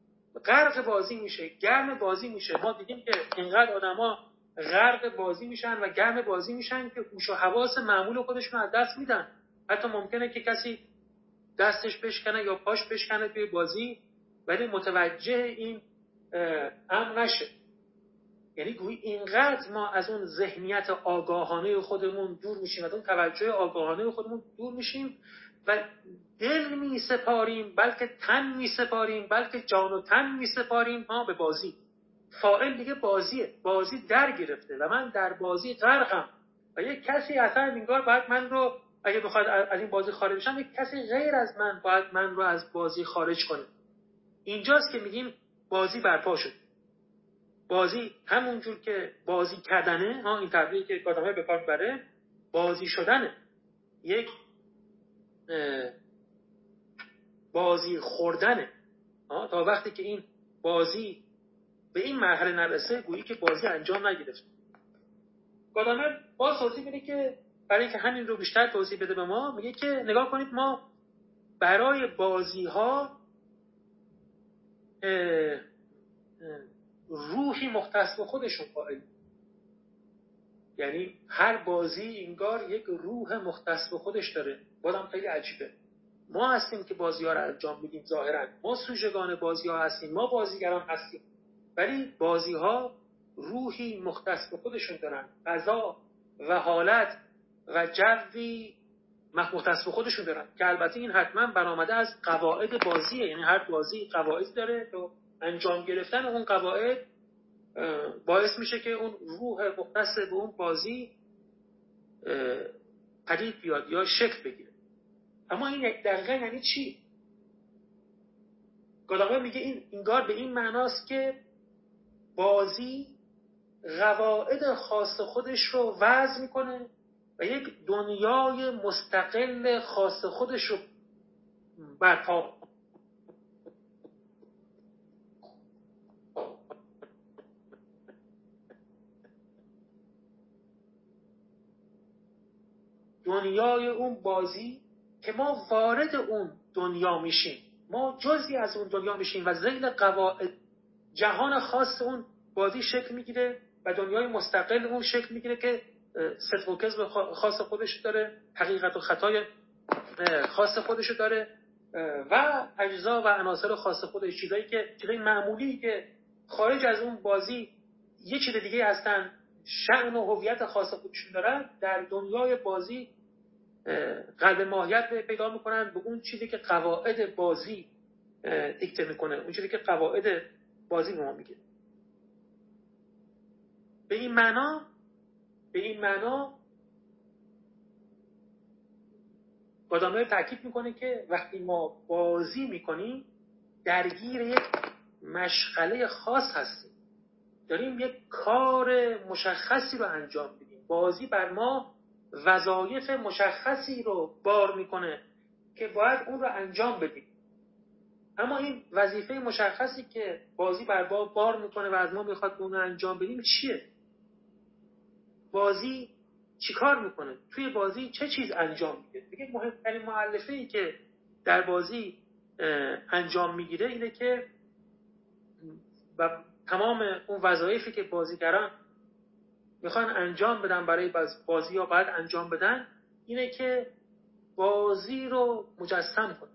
غرق بازی میشه، گرم بازی میشه. ما دیدیم که اینقدر آدما غرق بازی میشن و گرم بازی میشن که هوش و حواس معمول خودشون از دست میدن. حتی ممکنه که کسی دستش بشکنه یا پاش بشکنه توی بازی ولی متوجه این امر نشه. یعنی گویی اینقدر ما از اون ذهنیت آگاهانه خودمون دور میشیم و اون توجه آگاهانه خودمون دور میشیم و دل می سپاریم، بلکه تن می سپاریم، بلکه جان و تن می سپاریم ما به بازی. فاعل دیگه بازیه، بازی در گرفته و من در بازی غرقم و یک کسی اصلا انگار باید من رو، اگه بخواد از این بازی خارج بشم، یک کسی غیر از من باید من رو از بازی خارج کنه. اینجاست که میگیم بازی برپا شد. بازی همونجور که بازی کردنه، ها این تعبیری که گادامر به کار میبره، بازی شدنه. یک بازی خوردنه. ها تا وقتی که این بازی به این مرحله نرسه گویی که بازی انجام نگرفت. گادامر باز توضیح میده که برای اینکه همین رو بیشتر توضیح بده به ما، میگه که نگاه کنید ما برای بازی ها روحی مختص به خودشون قائلیم. یعنی هر بازی انگار یک روح مختص به خودش داره. بازم خیلی عجیبه. ما هستیم که بازی ها رو انجام میدیم ظاهرا، ما سوژگان بازی ها هستیم، ما بازیگران هستیم، ولی بازی ها روحی مختص به خودشون دارن، فضا و حالت و جوی مختص به خودشون دارن که البته این حتما برآمده از قواعد بازیه. یعنی هر بازی قواعد داره و انجام گرفتن اون قواعد باعث میشه که اون روح مختص به اون بازی پدید بیاد یا شکل بگیره. اما این دقیقا یعنی چی؟ گادامر میگه این انگار به این معناست که بازی قواعد خاص خودش رو وضع میکنه و یک دنیای مستقل خاص خودش رو برپا دنیای اون بازی که ما وارد اون دنیا میشیم، ما جزئی از اون دنیا میشیم و ذیل قواعد جهان خاص اون بازی شکل میگیره و دنیای مستقل اون شکل میگیره که صدق و کذب خاص خودش داره، حقیقت و خطای خاص خودش داره و اجزا و عناصر خاص خودش، چیزایی که چیزای معمولی که خارج از اون بازی یه چیز دیگه هستن، شأن و هویت خاص خودشون دارن، در دنیای بازی قلب ماهیت پیدا میکنن به اون چیزی که قواعد بازی دیکته میکنه، اون چیزی که قواعد بازی به ما میگه. به این معنا به این معنا گادامر تاکید میکنه که وقتی ما بازی میکنیم درگیر یک مشغله خاص هستیم، داریم یک کار مشخصی رو انجام میدیم. بازی بر ما وظایف مشخصی رو بار میکنه که باید اون رو انجام بدیم. اما این وظیفه مشخصی که بازی بر ما بار میکنه و از ما میخواد اون رو انجام بدیم چیه؟ بازی چی کار میکنه؟ توی بازی چه چیز انجام میده؟ دیگه مهمترین مؤلفه‌ای که در بازی انجام میگیره اینه که و تمام اون وظایفی که بازیگران میخوان انجام بدن برای بازی یا باید انجام بدن اینه که بازی رو مجسم کنن،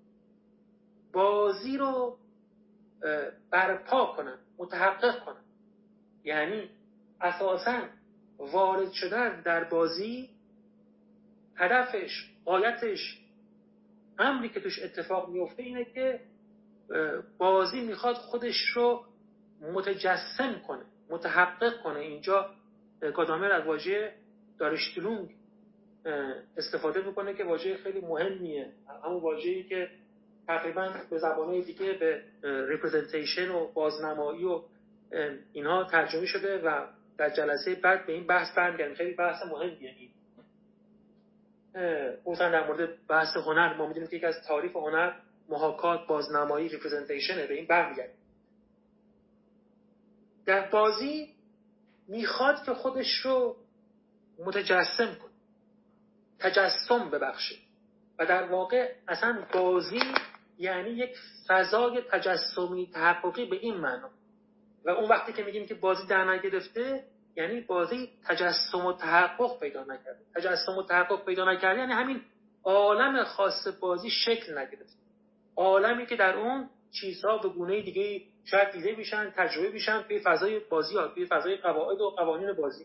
بازی رو برپا کنن، متحقق کنن. یعنی اساساً وارد شدن در بازی هدفش، غایتش، امری که توش اتفاق میفته اینه که بازی میخواد خودش رو متجسم کنه، متحقق کنه. اینجا گادامر از واژه دارشتلونگ استفاده میکنه که واژه خیلی مهمیه، همون واژه‌ای که تقریبا به زبانهای دیگه به ریپرزنتیشن و بازنمایی و اینها ترجمه شده و در جلسه بعد به این بحث برمیگردیم. خیلی بحث مهمیه این. مثلا در مورد بحث هنر ما میدونیم که یکی از تعاریف هنر محاکات، بازنمایی، ریپرزنتیشنه، به این برمیگردیم. در بازی میخواد که خودش رو متجسم کنه، تجسم ببخشه و در واقع اصلا بازی یعنی یک فضای تجسمی تحققی به این معنا. و اون وقتی که میگیم که بازی در نگرفته یعنی بازی تجسم و تحقق پیدا نکرده. تجسم و تحقق پیدا نکرده یعنی همین عالم خاص بازی شکل نگرفته، عالمی که در اون چیزها به گونه دیگه شاید دیده میشن، تجربه میشن توی فضای بازی ها، توی فضای قواعد و قوانین بازی.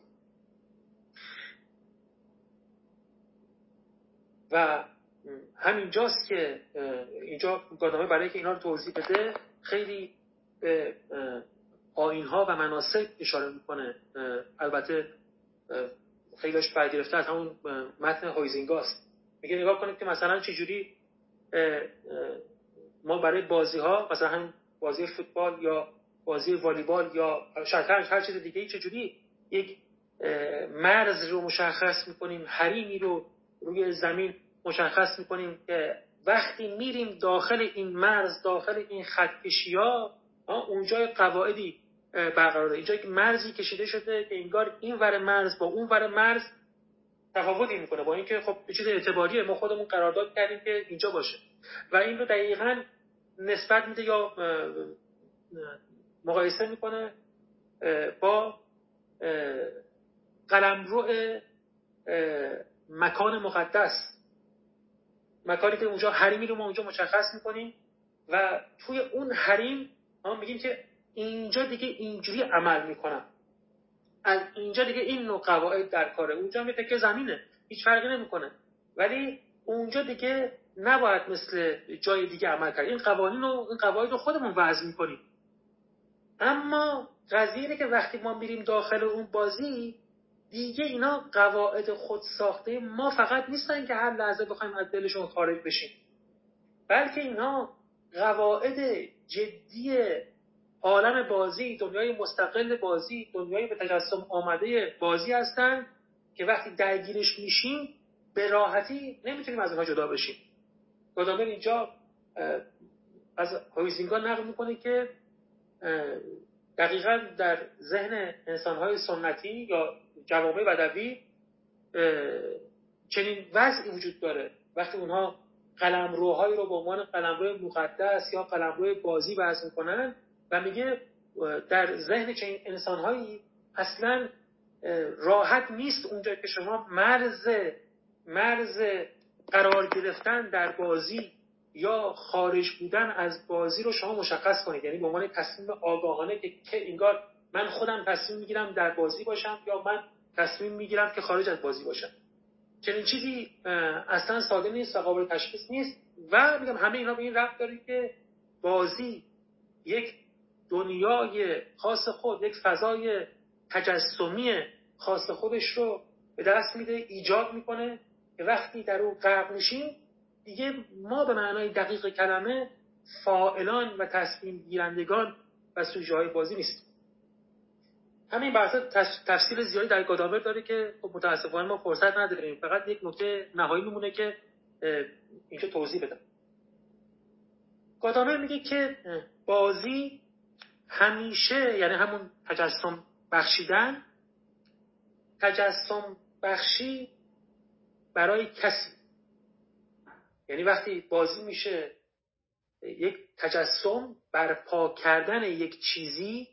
و همینجاست که اینجا گادامر برای که اینا رو توضیح بده خیلی به آیین‌ها و مناسک اشاره میکنه. البته خیلیش برگرفته از همون متن هویزینگاست. میگه نگاه کنید که مثلا چجوری ما برای بازی ها، مثلا هم بازی فوتبال یا بازی والیبال یا شطرنج هر چیز دیگه ای، چجوری یک مرز رو مشخص میکنیم، حریمی رو روی زمین مشخص میکنیم که وقتی میریم داخل این مرز، داخل این خط کشی‌ها، اونجا قواعدی برقراره، اینجا یک مرزی کشیده شده که انگار این ور مرز با اون ور مرز تفاوتی میکنه، با اینکه خب به چیز اعتباریه، ما خودمون قرارداد کردیم که اینجا باشه و این رو دقیقاً نسبت میده یا مقایسه میکنه با قلمرو مکان مقدس، مکانی که اونجا حریمی رو ما اونجا مشخص میکنیم و توی اون حریم ما میگیم که اینجا دیگه اینجوری عمل میکنم، از اینجا دیگه این نوع قواعد در کاره، اونجا هم یه تکه زمینه، هیچ فرقی نمیکنه، ولی اونجا دیگه نباید مثل جای دیگه عمل کرد، این قوانین و این قواعد رو خودمون وضع میکنیم. اما قضیه اینه که وقتی ما میریم داخل اون بازی، دیگه اینا قواعد خود ساخته ما فقط نیستن که هر لحظه بخوایم از دلشون خارج بشیم، بلکه اینا قواعد جدی عالم بازی، دنیای مستقل بازی، دنیای به تجسم آمده بازی هستن که وقتی درگیرش میشیم به راحتی نمیتونیم از اونها جدا بشیم. گادامر اینجا از هویزینگا نقل میکنه که دقیقاً در ذهن انسان‌های سنتی یا جوامع بدوی چنین وضعی وجود داره، وقتی اونها قلمروهایی رو به عنوان قلمرو مقدس یا قلمرو بازی وضع میکنن و میگه در ذهن چنین انسان‌هایی اصلاً راحت نیست اونجا که شما مرز مرز قرار گرفتن در بازی یا خارج بودن از بازی رو شما مشخص کنید، یعنی به عنوان تصمیم آگاهانه که انگار من خودم تصمیم میگیرم در بازی باشم یا من تصمیم میگیرم که خارج از بازی باشم. چنین چیزی اصلا ساده نیست و قابل تشخیص نیست و میگم همه اینا به این ربط داره که بازی یک دنیای خاص خود، یک فضای تجسمی خاص خودش رو به دست میده، ایجاد میکنه که وقتی در اون غرق میشیم دیگه ما به معنای دقیق کلمه فاعلان و تصمیم گیرندگان و سوژه های بازی نیست. همین بحثا تفصیل زیادی در گادامر داره که خب متاسفانه ما فرصت نداریم، فقط یک نکته نهایی میمونه که اینجا توضیح بدم. گادامر میگه که بازی همیشه، یعنی همون تجسم بخشیدن، تجسم بخشی برای کسی، یعنی وقتی بازی میشه یک تجسم، برپا کردن یک چیزی،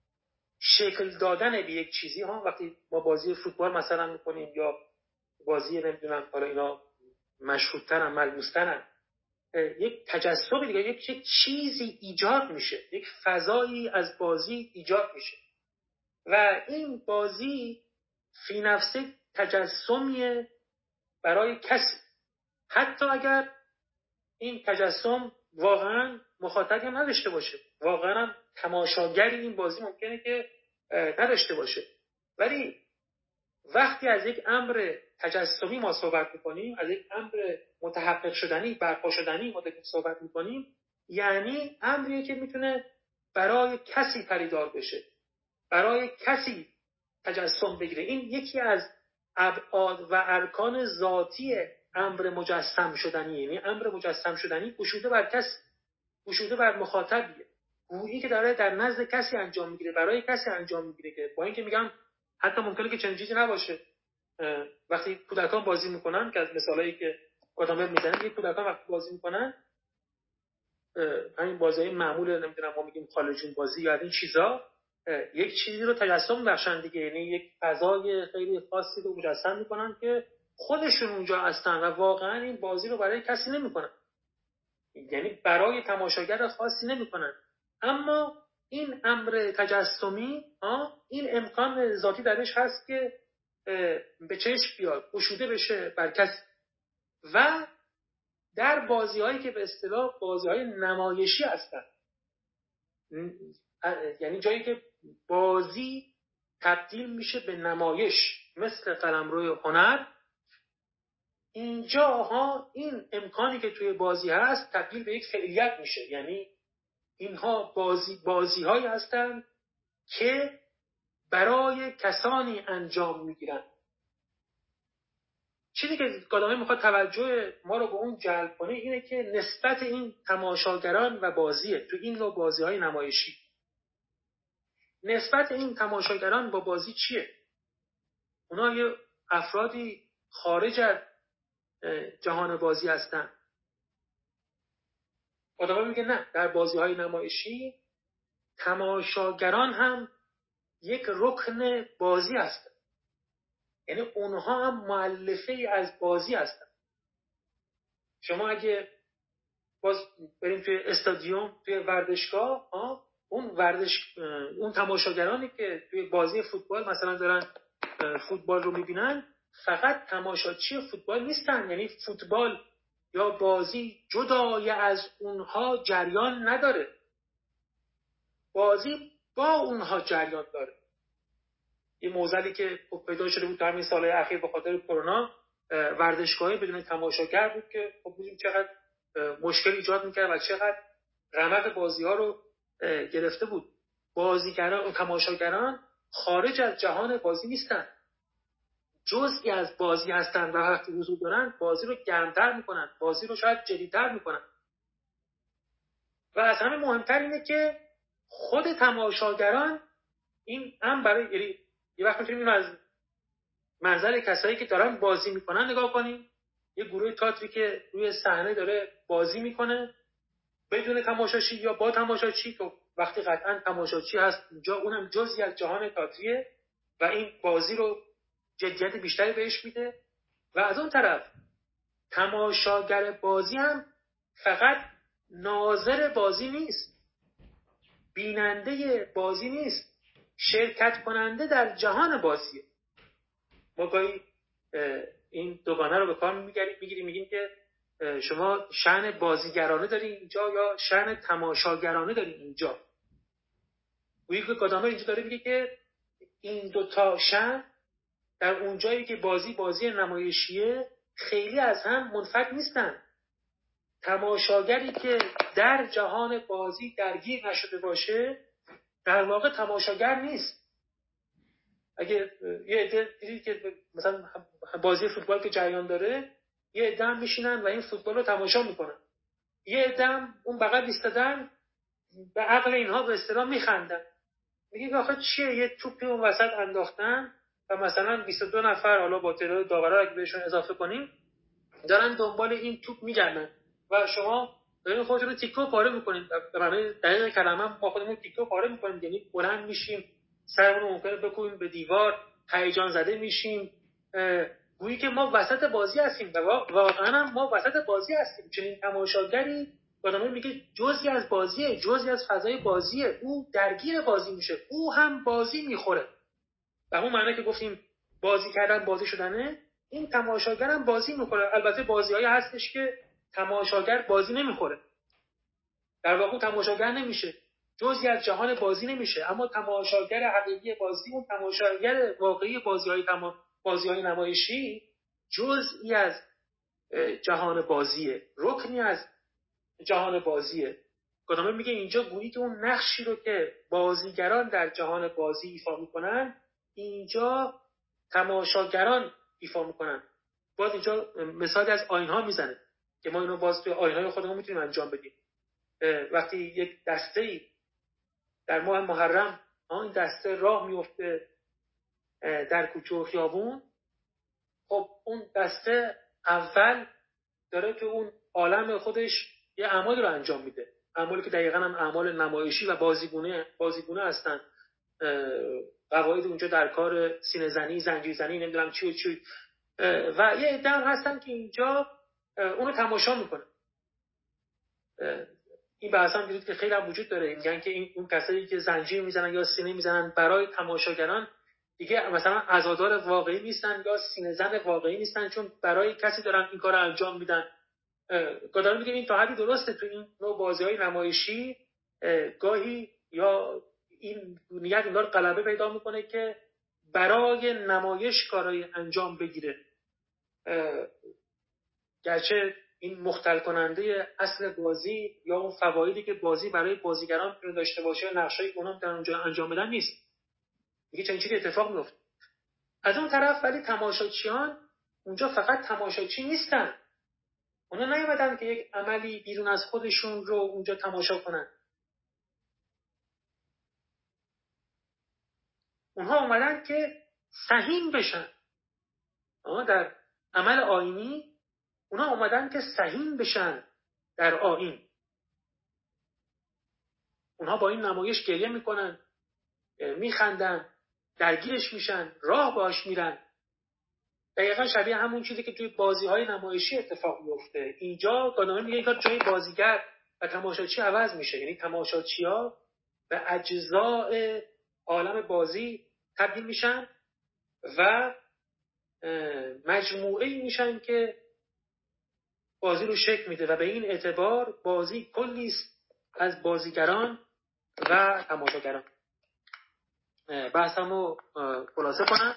شکل دادن به یک چیزی ها. وقتی ما بازی فوتبال مثلا میکنیم یا بازی نمیدونم حالا اینا مشهودترن ملموسترن، یک تجسم دیگه، یک چیزی ایجاد میشه، یک فضایی از بازی ایجاد میشه و این بازی فی نفسه تجسمیه برای کسی، حتی اگر این تجسم واقعا مخاطبی هم نداشته باشه، واقعا تماشاگری این بازی ممکنه که نداشته باشه، ولی وقتی از یک امر تجسمی ما صحبت میکنیم، از یک امر متحقق شدنی، برپا شدنی ما صحبت میکنیم، یعنی امریه که میتونه برای کسی پدیدار بشه، برای کسی تجسم بگیره. این یکی از ابعاد و ارکان ذاتی امر مجسم شدنی، یعنی امر مجسم شدنی گشوده بر کسی، گشوده بر مخاطبیه، گویی که داره در نزد کسی انجام میگیره، برای کسی انجام میگیره، که با اینکه میگم حتی ممکنه که چنین چیزی نباشه. وقتی کودکان بازی میکنن، که از مثالایی که گادامر میزنه، یک کودکان وقتی بازی میکنن، همین بازی معمول نمیدونم ما میگیم خالجون بازی یا این چیزا، یک چیزی رو تجسم بخشن دیگه، یعنی یک فضای خیلی خاصی رو مجسم میکنن که خودشون اونجا هستن و واقعا این بازی رو برای کسی نمیکنن، یعنی برای تماشاگر خاصی نمیکنن. اما این امر تجسمی این امکان ذاتی درش هست که به چشم بیاد، گشوده بشه بر کسی. و در بازی‌هایی که به اصطلاح بازی‌های نمایشی هستن، یعنی جایی که بازی تبدیل میشه به نمایش، مثل قلمرو هنر، اینجاها این امکانی که توی بازی هست تبدیل به یک فعلیت میشه. یعنی اینها بازی بازی هایی هستند که برای کسانی انجام میگیرن. چیزی که گادامر میخواد توجه ما رو به اون جلب کنه اینه که نسبت این تماشاگران و بازیه تو این نوع بازی های نمایشی. نسبت این تماشاگران با بازی چیه؟ اونا یه افرادی خارج از جهان بازی هستن. گادامر میگه نه، در بازی های نمایشی تماشاگران هم یک رکن بازی هستن. یعنی اونها هم مؤلفه از بازی هستن. شما اگه باز بریم توی استادیوم، توی ورزشگاه، اون ورزش اون تماشاگرانی که توی بازی فوتبال مثلا دارن فوتبال رو میبینن فقط تماشاچی فوتبال نیستن. یعنی فوتبال یا بازی جدای از اونها جریان نداره، بازی با اونها جریان داره. یه معضلی که پیدا شده بود در همین سالهای اخیر به خاطر کرونا، ورزشگاهی بدون تماشاگر بود که خب ببینیم چقدر مشکل ایجاد میکرد و چقدر رمق بازی ها رو گرفته بود. بازیگران و تماشاگران خارج از جهان بازی نیستن، جزئی از بازی هستن و وقتی حضور دارن بازی رو گرمتر میکنن، بازی رو شاید جدیدتر میکنن. و از همه مهمتر اینه که خود تماشاگران این هم برای یعنی یه وقت میتونیم از منظر کسایی که دارن بازی میکنن نگاه کنیم. یه گروه تئاتری که روی صحنه داره بازی میکنه بدون تماشاچی یا با تماشاچی، که وقتی قطعا تماشاچی هست اونجا اونم جزئی از جهان تئاتریه و این بازی رو جدیت بیشتری بهش میده. و از اون طرف تماشاگر بازی هم فقط ناظر بازی نیست، بیننده بازی نیست، شرکت کننده در جهان بازیه. ما گاهی این دوگانه رو به کار میگیریم، میگیم که شما شأن بازیگرانه داری اینجا یا شأن تماشاگرانه داری اینجا. گویی که گادامر اینجا داره میگه که این دوتا شأن در اون جایی که بازی بازی نمایشیه خیلی از هم منفک نیستن. تماشاگری که در جهان بازی درگیر نشده باشه در واقع تماشاگر نیست. اگه یه عده دیدید که مثلا بازی فوتبال که جریان داره یه عده هم میشینن و این فوتبال رو تماشا میکنن، یه عده هم اون بغل ایستادن به عقل اینها به اصطلاح میخندن، میگه آخه چیه یه توپی اون وسط انداختن و مثلا بیست و دو نفر حالا با تعداد داورا اگه بهشون اضافه کنیم دارن دنبال این توپ میگردن و شما دارین خودتون رو تیکه و پاره میکنین. به معنی دقیق کلمه ما خودمون تیکه و پاره میکنیم، یعنی بلند میشیم سرمون رو ممکنه بکنیم به دیوار، هیجان زده میشیم، گویی که ما وسط بازی هستیم و واقعا هم ما وسط بازی هستیم. چنین تماشاگری گادامر میگه جزئی از بازیه، جزئی از فضای بازیه، او درگیر بازی میشه، او هم بازی میخوره. و اون معنی که گفتیم بازی کردن بازی شدنه، این تماشاگر هم بازی میخوره. البته بازی‌هایی هستش که تماشاگر بازی نمیخوره، در واقع تماشاگر نمیشه، جزئی از جهان بازی نمیشه، اما تماشاگر حقیقی بازی، اون تماشاگر واقعی بازی‌های تما... بازی‌های نمایشی جزئی از جهان بازیه، رکنی از جهان بازیه. گادامر میگه اینجا گویی که اون نقشی رو که بازیگران در جهان بازی ایفا میکنن اینجا تماشاگران ایفا میکنن. باز اینجا مثالی از آیین‌ها میزنه که ما اینو باز توی آیین‌های خودمون میتونیم انجام بدیم. وقتی یک دسته‌ای در ماه محرم این دسته راه میفته در کوچه و خیابون، خب اون دسته اول داره تو اون عالم خودش یه اعمالی رو انجام میده، اعمالی که دقیقاً هم اعمال نمایشی و بازیگونه بازیگونه هستن. قواعد اونجا در کار سینه زنی، زنجیر زنی، نمیدونم چی و چی، و یه عده هم هستن که اینجا اونو تماشا میکنن. این بحث هم دیدید که خیلی هم وجود داره، میگن که این اون کسایی که زنجیر میزنن یا سینه میزنن برای تماشاگران دیگه مثلا عزادار واقعی نیستن یا سینه زن واقعی نیستن، چون برای کسی دارن این کارو انجام میدن. گادامر میگه این تا حدی درسته تو این نوع بازی‌های نمایشی گاهی یا این نیت اینا رو غلبه پیدا میکنه که برای نمایش کارای انجام بگیره. گرچه این مختل کننده اصل بازی یا اون فوایدی که بازی برای بازیگران میتونه داشته باشه یا نقشایی که اونها در اونجا انجام بدن نیست. میگه چنین چیزی اتفاق میفته. از اون طرف ولی تماشاچیان اونجا فقط تماشاچی نیستن. اونا نیومدن که یک عملی بیرون از خودشون رو اونجا تماشا کنن. اونها اومدن که سهیم بشن. در عمل آیینی اونا اومدن که سهیم بشن در آیین. اونها با این نمایش گریه میکنن، میخندن، درگیرش میشن، راه باش میرن. دقیقا شبیه همون چیزی که توی بازی‌های نمایشی اتفاق میفته. اینجا گادامر میگه اینجا جای بازیگر و تماشاچی عوض میشه. یعنی تماشاچی‌ها به اجزاء عالم بازی تبدیل میشن و مجموعه‌ای میشن که بازی رو شکل میده و به این اعتبار بازی کلی است از بازیگران و تماشاگران. بحثمو خلاصه کنم.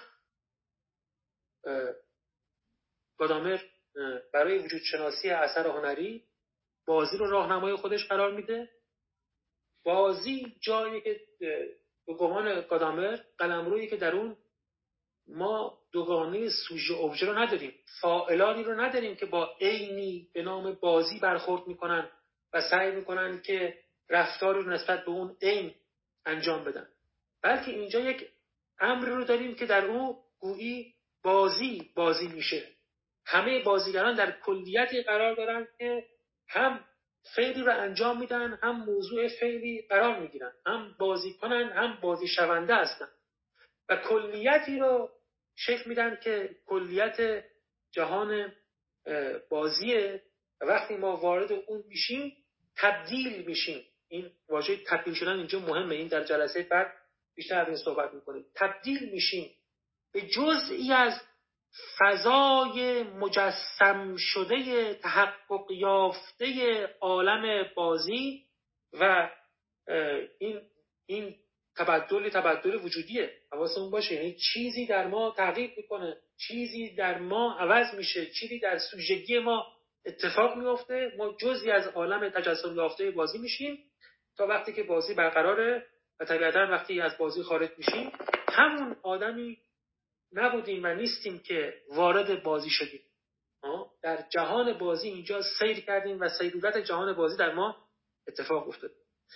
گادامر برای وجود شناسی اثر هنری بازی رو راهنمای خودش قرار میده. بازی جایی که به گمان گادامر قلمرویی که در اون ما دوگانه سوژه اوبژه رو نداریم، فاعلانی رو نداریم که با عینی به نام بازی برخورد میکنن و سعی میکنن که رفتاری رو نسبت به اون عین انجام بدن، بلکه اینجا یک امر رو داریم که در اون گویی بازی بازی میشه. همه بازیگران در کلیتی قرار دارن که هم فعلی رو انجام میدن، هم موضوع فعلی قرار میگیرن، هم بازی کنن، هم بازی شونده هستن و کلیتی رو شکل میدن که کلیت جهان بازیه. و وقتی ما وارد اون میشیم تبدیل میشیم. این واژه تبدیل شدن اینجا مهمه. این در جلسه بعد بیشتر از این صحبت میکنیم. تبدیل میشیم به جزئی از فضای مجسم شده تحقق یافته عالم بازی و این این تبدل تبدل وجودیه. حواسمون باشه، یعنی چیزی در ما تغییر میکنه، چیزی در ما عوض میشه، چیزی در سوژگی ما اتفاق میفته. ما جزئی از عالم تجسم یافته بازی میشیم تا وقتی که بازی برقراره و طبیعتا وقتی از بازی خارج میشیم همون آدمی نبودیم و نیستیم که وارد بازی شدیم. در جهان بازی اینجا سیر کردیم و سیرورت جهان بازی در ما اتفاق افتاد.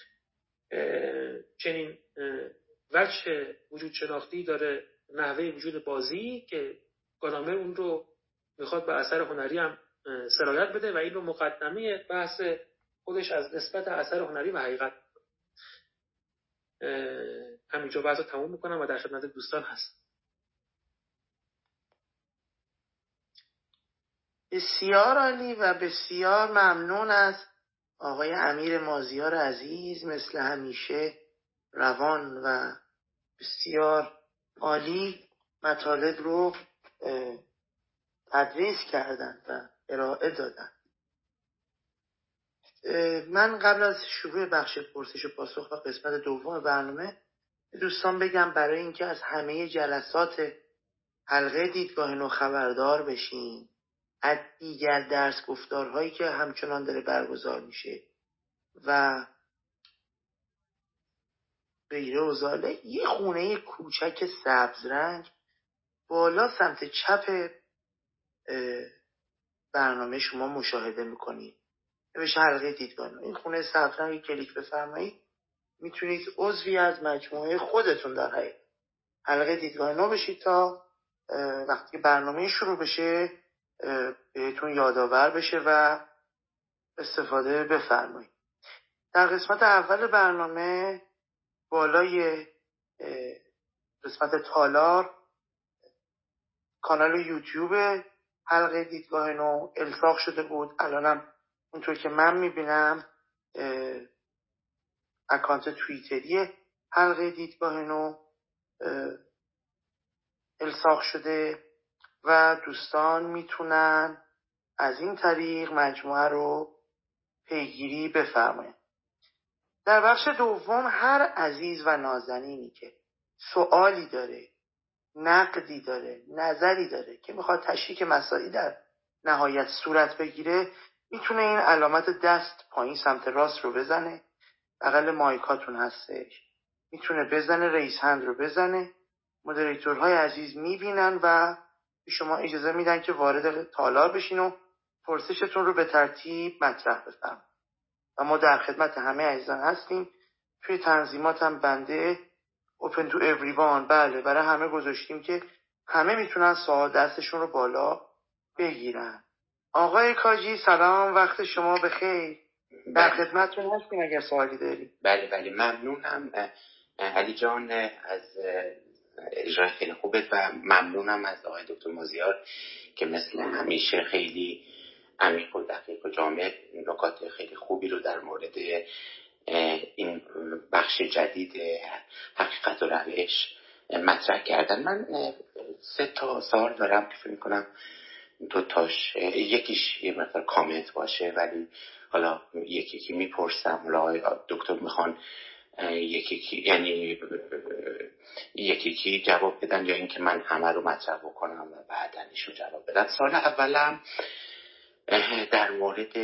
چنین وجه وجود شناختی داره نحوه وجود بازی که گادامر اون رو میخواد به اثر هنری هم سرایت بده و این رو مقدمه بحث خودش از نسبت اثر هنری و حقیقت. همینجا بحث رو تموم میکنم و در خدمت دوستان هست. بسیار عالی و بسیار ممنون از آقای امیر مازیار عزیز، مثل همیشه روان و بسیار عالی مطالب رو تدریس کردند و ارائه دادند. من قبل از شروع بخش پرسش و پاسخ و قسمت دوم برنامه دوستان بگم برای اینکه از همه جلسات حلقه دیدگاه نو خبردار بشین، از دیگر درس گفتارهایی که همچنان داره برگزار میشه و غیره و زاله، یه خونه کوچک سبز رنگ بالا سمت چپ برنامه شما مشاهده میکنید، نوشته حلقه دیدگاه نو. این خونه سبز رنگ کلیک بفرمایید میتونید عضوی از مجموعه خودتون در حقیقت حلقه دیدگاه نو بشید تا وقتی برنامه شروع بشه بهتون یادآور بشه و استفاده بفرمایید. در قسمت اول برنامه بالای قسمت تالار کانال یوتیوب حلقه دیدگاه نو الساق شده بود. الانم اونطور که من میبینم اکانت توییتری حلقه دیدگاه نو الساق شده و دوستان میتونن از این طریق مجموعه رو پیگیری بفرمایید. در بخش دوم هر عزیز و نازنینی که سوالی داره نقدی داره، نظری داره که میخواد تشریک مسائلی در نهایت صورت بگیره، میتونه این علامت دست پایین سمت راست رو بزنه، بغل مایکاتون هستش، میتونه بزنه، رئیس هند رو بزنه، مدریتورهای عزیز میبینن و شما اجازه میدن که وارد تالار بشین و پرسشتون رو به ترتیب مطرح بفرمایید و ما در خدمت همه عزیزان هستیم. توی تنظیمات هم بنده open to everyone بله برای همه گذاشتیم که همه میتونن سوال دستشون رو بالا بگیرن. آقای کاجی سلام، وقت شما بخیر. در خدمتتون هستیم اگر سوالی داری. بله بله ممنونم علی جان از اجرای خیلی خوبت و ممنونم از آقای دکتر مازیار که مثل همیشه خیلی عمیق و دقیق و جامع نکات خیلی خوبی رو در مورد این بخش جدید حقیقت و روش مطرح کردن. من سه تا سوال دارم که فکر می‌کنم دو تاش یکیش یه مقدار کامنت باشه، ولی حالا یکی یکی میپرسم، حالا دکتر میخوان یکی یکی یعنی یکی یکی جواب بدن یا اینکه من همه رو مطرح بکنم و بعداً ایشون جواب بدن. سوال اولم در مورد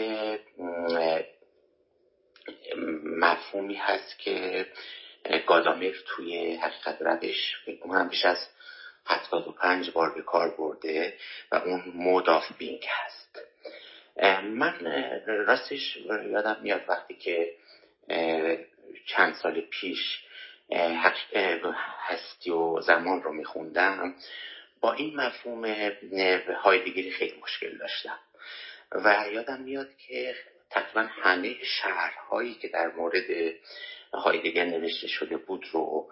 مفهومی هست که گادامر توی حقیقت روش فکر کنم بیش از هفتاد و پنج بار به کار برده و اون مود آف بینگ هست. من راستش یادم میاد وقتی که چند سال پیش هستی و زمان رو میخوندم با این مفهوم هایدگری خیلی مشکل داشتم و یادم میاد که تقریبا همه شرح‌هایی که در مورد هایدگر نوشته شده بود رو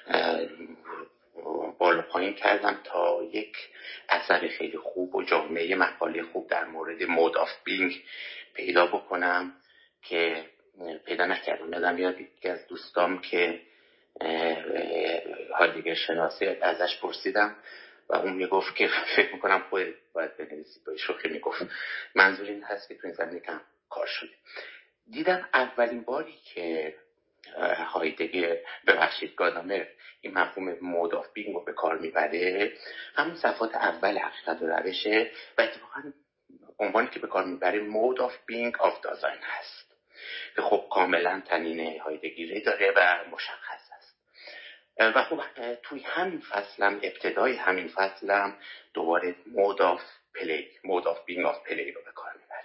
بالا پایین کردم تا یک اثر خیلی خوب و جامعه مقاله خوب در مورد مود آف بینگ پیدا بکنم که پیدا نکردم. یادم میاد یکی از دوستام که هایدگر شناسه ازش پرسیدم و اون میگفت که فکر میکنم خودت باید بنویسی، با شوخی میگفت منظور این هست که تو این زمینه کم کار شده. دیدم اولین باری که هایدگر ببخشید گادامر این مفهوم مود آف بینگ رو به کار میبره همون صفحات اول حقیقت و روشه و اتفاقا عنوانی که به کار میبره مود آف بینگ آف دازاین هست که خب کاملا تنین هایدگری داره و مشخص است. و خب توی همین فصلم ابتدای همین فصلم دوباره مود آف پلی مود آف بینگ آف پلی رو به کار میبره.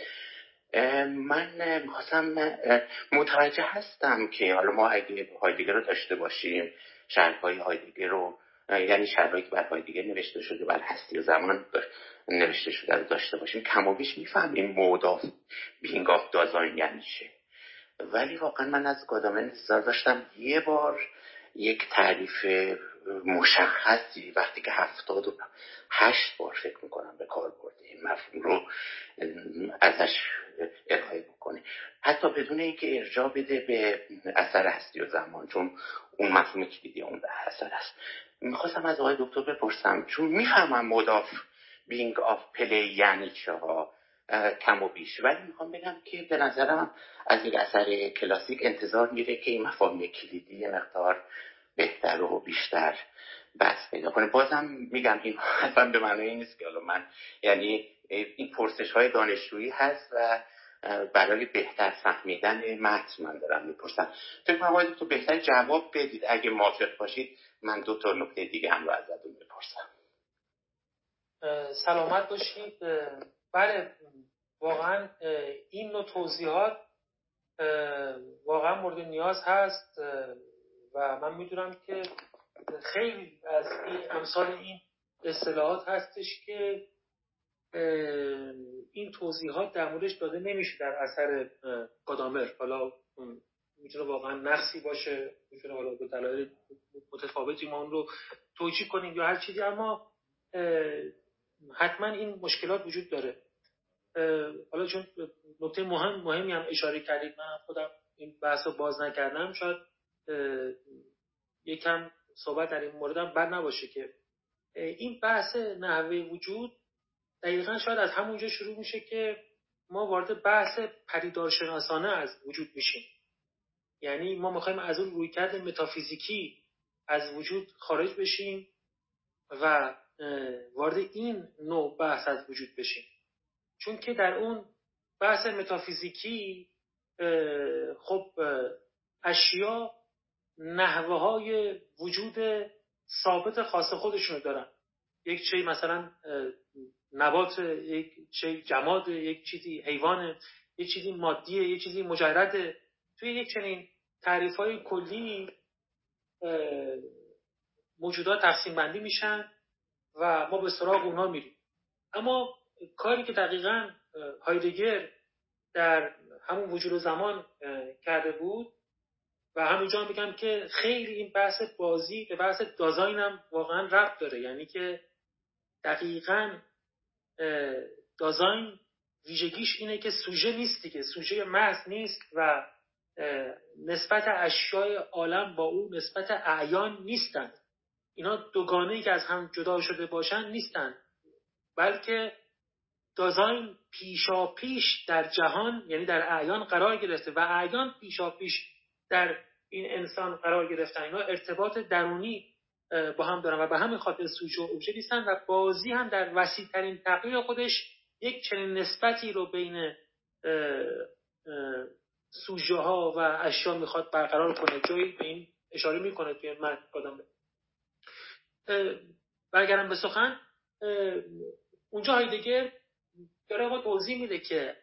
من میخواستم متوجه هستم که حالا ما اگه هایدگر رو داشته باشیم، شرح‌های هایدگر رو یعنی شرح‌هایی که بر هایدگر نوشته شده بر هستی و زمان نوشته شده رو داشته باشیم کم و بیش میفهمیم مود آف بینگ آف دازاین یعنی چه، ولی واقعا من از گادامر انتظار داشتم یه بار یک تعریف مشخصی وقتی که هفتاد و هشت بار فکر میکنم به کار برده این مفهوم رو ازش ارائه بکنه، حتی بدون اینکه ارجاع بده به اثر هستی و زمان، چون اون مفهوم کلیدی اون اثر است. میخواستم از آقای دکتر بپرسم چون میفهمم مود آف بینگ آف پلی یعنی چه ها کم و بیش، ولی میخوام بگم که به نظرم از یک اثر کلاسیک انتظار میره که این مفاهیم کلیدی یه مقدار بهتر و بیشتر بحث پیدا کنه. بازم میگم این حرفم به معنی این نیست که حالا من یعنی این پرسش های دانشجویی هست و برای بهتر فهمیدن متن من دارم میپرسم. فکر کنم باید تو بهتر جواب بدید. اگه موافق باشید من دو تا نکته دیگه هم رو ازتون بپرسم. سلامت باشید. بله واقعا این نوع توضیحات واقعا مورد نیاز هست و من میدونم که خیلی از این امثال این اصطلاحات هستش که این توضیحات در موردش داده نمیشه در اثر گادامر. حالا میتونه واقعا نقصی باشه، میتونه حالا به دلایل متفاوتی ما اون رو توجیه کنیم یا هر چیزی، اما حتما این مشکلات وجود داره. حالا چون نکته مهم مهمی هم اشاره کردید، من خودم این بحث رو باز نکردم، شاید یکم صحبت در این موردم بد نباشه که این بحث نحوه وجود دقیقاً شاید از همونجا شروع میشه که ما وارد بحث پدیدارشناسانه از وجود میشیم. یعنی ما میخوایم از اون رویکرد متافیزیکی از وجود خارج بشیم و وارد این نوع بحث از وجود بشیم، چون که در اون بحث متافیزیکی خب اشیا نحوه های وجود ثابت خاص خودشونو دارن. یک چیزی مثلا نبات، یک چیزی جماد، یک چیزی حیوان، یک چیزی مادیه، یک چیزی مجرده. توی یک چنین تعریف‌های کلی موجودات تقسیم بندی میشن و ما به سراغ اونها میریم. اما کاری که دقیقاً هایدگر در همون وجود و زمان کرده بود و همینجا میگم که خیلی این بحث بازی به بحث دازاین هم واقعاً ربط داره. یعنی که دقیقاً دازاین ویژگیش اینه که سوژه نیست دیگه، سوژه محض نیست و نسبت اشیاء عالم با او نسبت اعیان نیستند. اینا دوگانه‌ای که از هم جدا شده باشن نیستن، بلکه دازاین پیشا پیش در جهان، یعنی در اعیان قرار گرفته و اعیان پیشا پیش در این انسان قرار گرفتن. اینا ارتباط درونی با هم دارن و به همین خاطر سوژه و ابژه نیستن و بازی هم در وسیع ترین تقریر خودش یک چنین نسبتی رو بین سوژه ها و اشیا میخواد برقرار کنه. جایی به این اشاره میکنه توی متن آدم. برگردم به سخن، اونجا هایدگر داره ما توضیح میده که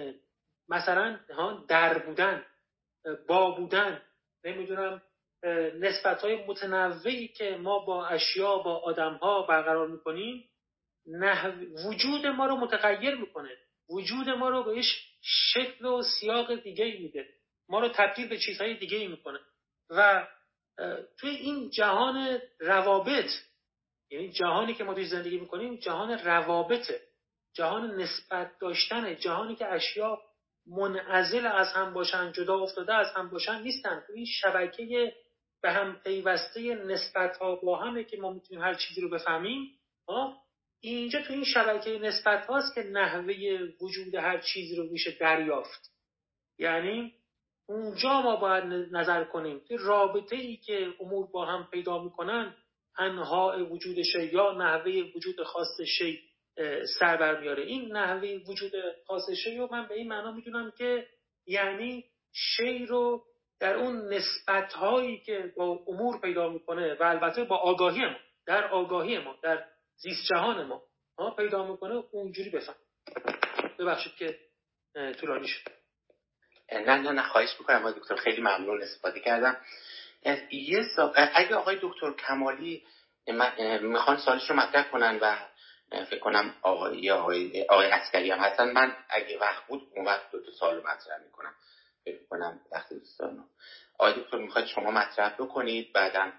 مثلا در بودن، با بودن، نمیدونم نسبت‌های متنوعی که ما با اشیا با آدم‌ها برقرار میکنیم وجود ما رو متغیر میکنه، وجود ما رو بهش شکل و سیاق دیگه‌ای میده، ما رو تبدیل به چیزهای دیگه‌ای میکنه. و توی این جهان روابط، یعنی جهانی که ما توی زندگی میکنیم جهان روابطه، جهان نسبت داشتنه، جهانی که اشیا منعزل از هم باشن، جدا افتاده از هم باشن نیستن. این شبکه به هم پیوسته نسبت‌ها با همه که ما میتونیم هر چیزی رو بفهمیم. اینجا تو این شبکه نسبت هاست که نحوه وجود هر چیزی رو میشه دریافت. یعنی اونجا ما باید نظر کنیم که رابطه ای که امور با هم پیدا میکنن انواع وجود شی یا نحوه وجود خاص شی سر بر میاره. این نحوه وجود خاص شی رو من به این معنا میدونم که یعنی شی رو در اون نسبت هایی که با امور پیدا میکنه و البته با آگاهی ما، در آگاهی ما، در زیست جهان ما ها پیدا میکنه، اونجوری بفهم. ببخشید که طولانی شد. نه نه نه خواهش میکنم آقای دکتر، خیلی ممنون، استفاده کردم. یه سا... اگه آقای دکتر کمالی میخوان سوالش رو مطرح کنن و فکر کنم آقای آقای آقای عسکری هم هستن، من اگه وقت بود اون وقت دو تا سوال رو مطرح میکنم. فکر کنم وقت دوستان. آقای دکتر میخواید شما مطرح بکنید بعداً.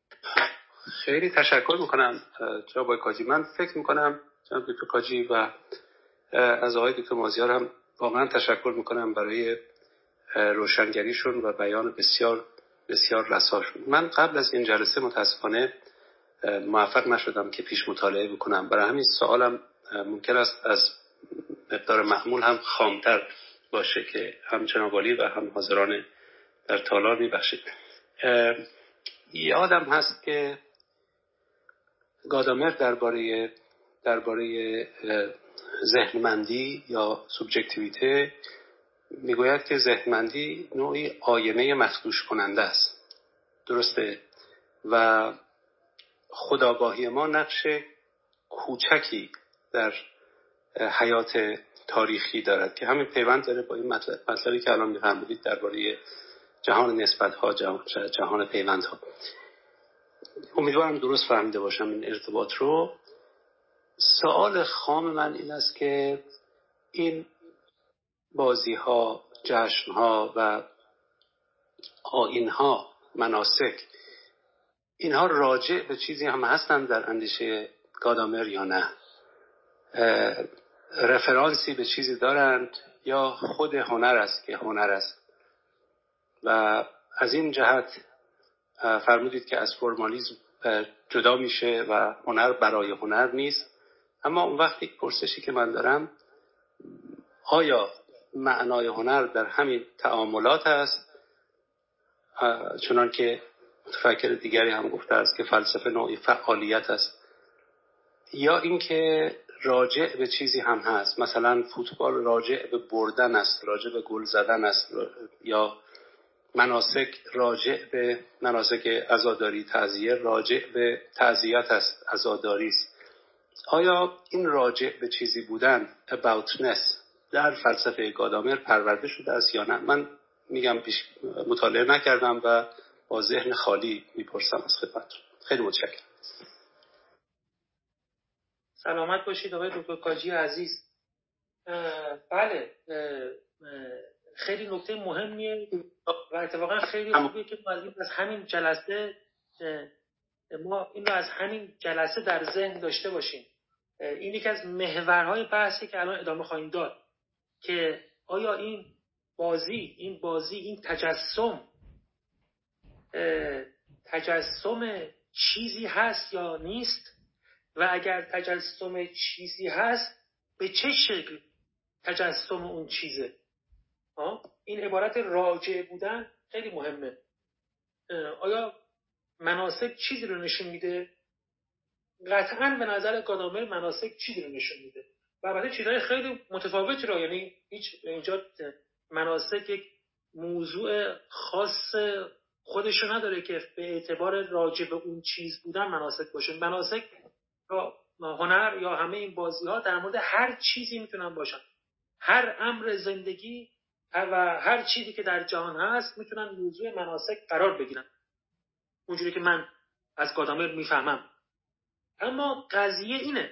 خیلی تشکر میکنم جناب آقای کاجی. من فکر میکنم جناب دکتر کاجی و از آقای دکتر مازیار هم واقعا تشکر میکنم برای روشنگریشون و بیان بسیار بسیار رساشون. من قبل از این جلسه متاسفانه موفق نشدم که پیش مطالعه بکنم، برای همین سوالم ممکن است از مقدار معمول هم خامتر باشه که هم جناب عالی و هم حاضران در تالار میبخشید. یادم هست که گادامر درباره درباره ذهنمندی یا سوبژکتیویته میگوید که ذهنمندی نوعی آینه مخدوش کننده است. درسته؟ و خودآگاهی ما نقش کوچکی در حیات تاریخی دارد که همین پیوند داره با این مطلبی که الان می‌فرمایید درباره جهان نسبت‌ها، جهان پیوندها. امیدوارم درست فهمیده باشم این ارتباط رو. سوال خام من این است که این بازی‌ها، جشن‌ها و آیین‌ها، مناسک، اینها راجع به چیزی هم هستن در اندیشه گادامر یا نه؟ رفرانسی به چیزی دارند یا خود هنر است که هنر است؟ و از این جهت فرمودید که از فرمالیسم جدا میشه و هنر برای هنر نیست. اما اون وقتی پرسشی که من دارم، آیا معنای هنر در همین تعاملات است؟ چنان که متفکر دیگری هم گفته است که فلسفه نوعی فعالیت است یا اینکه راجع به چیزی هم هست، مثلا فوتبال راجع به بردن است، راجع به گل زدن است، یا مناسک راجع به مناسک عزاداری، تعزیه راجع به تعزیت است، عزاداری است. آیا این راجع به چیزی بودن aboutness در فلسفه گادامر پرورده شده است یا نه؟ من میگم پیش مطالعه نکردم و با ذهن خالی میپرسم از خدمتتون. خیلی متشکرم. سلامت باشید آقای دکتر کاجی عزیز. بله، خیلی نکته مهمیه و اتفاقا خیلی خوبه که ما از همین جلسه ما این رو از همین جلسه در ذهن داشته باشیم. این یکی از محورهای بحثی که الان ادامه خواهیم داد که آیا این بازی این بازی این تجسم تجسم چیزی هست یا نیست، و اگر تجسم چیزی هست به چه شکل تجسم اون چیزه. این عبارت راجع بودن خیلی مهمه. آیا مناسک چیزی رو نشون میده؟ قطعاً به نظر گادامر مناسک چیزی رو نشون میده و البته چیزهای خیلی متفاوتی رو، یعنی هیچ اینجا مناسک یک موضوع خاص خودشو نداره که به اعتبار راجع به اون چیز بودن مناسک باشه. مناسک یا هنر یا همه این بازی ها در مورد هر چیزی میتونن باشن، هر امر زندگی و هر چیزی که در جهان هست میتونن موضوع مناسک قرار بگیرن، اونجوری که من از گادامر میفهمم. اما قضیه اینه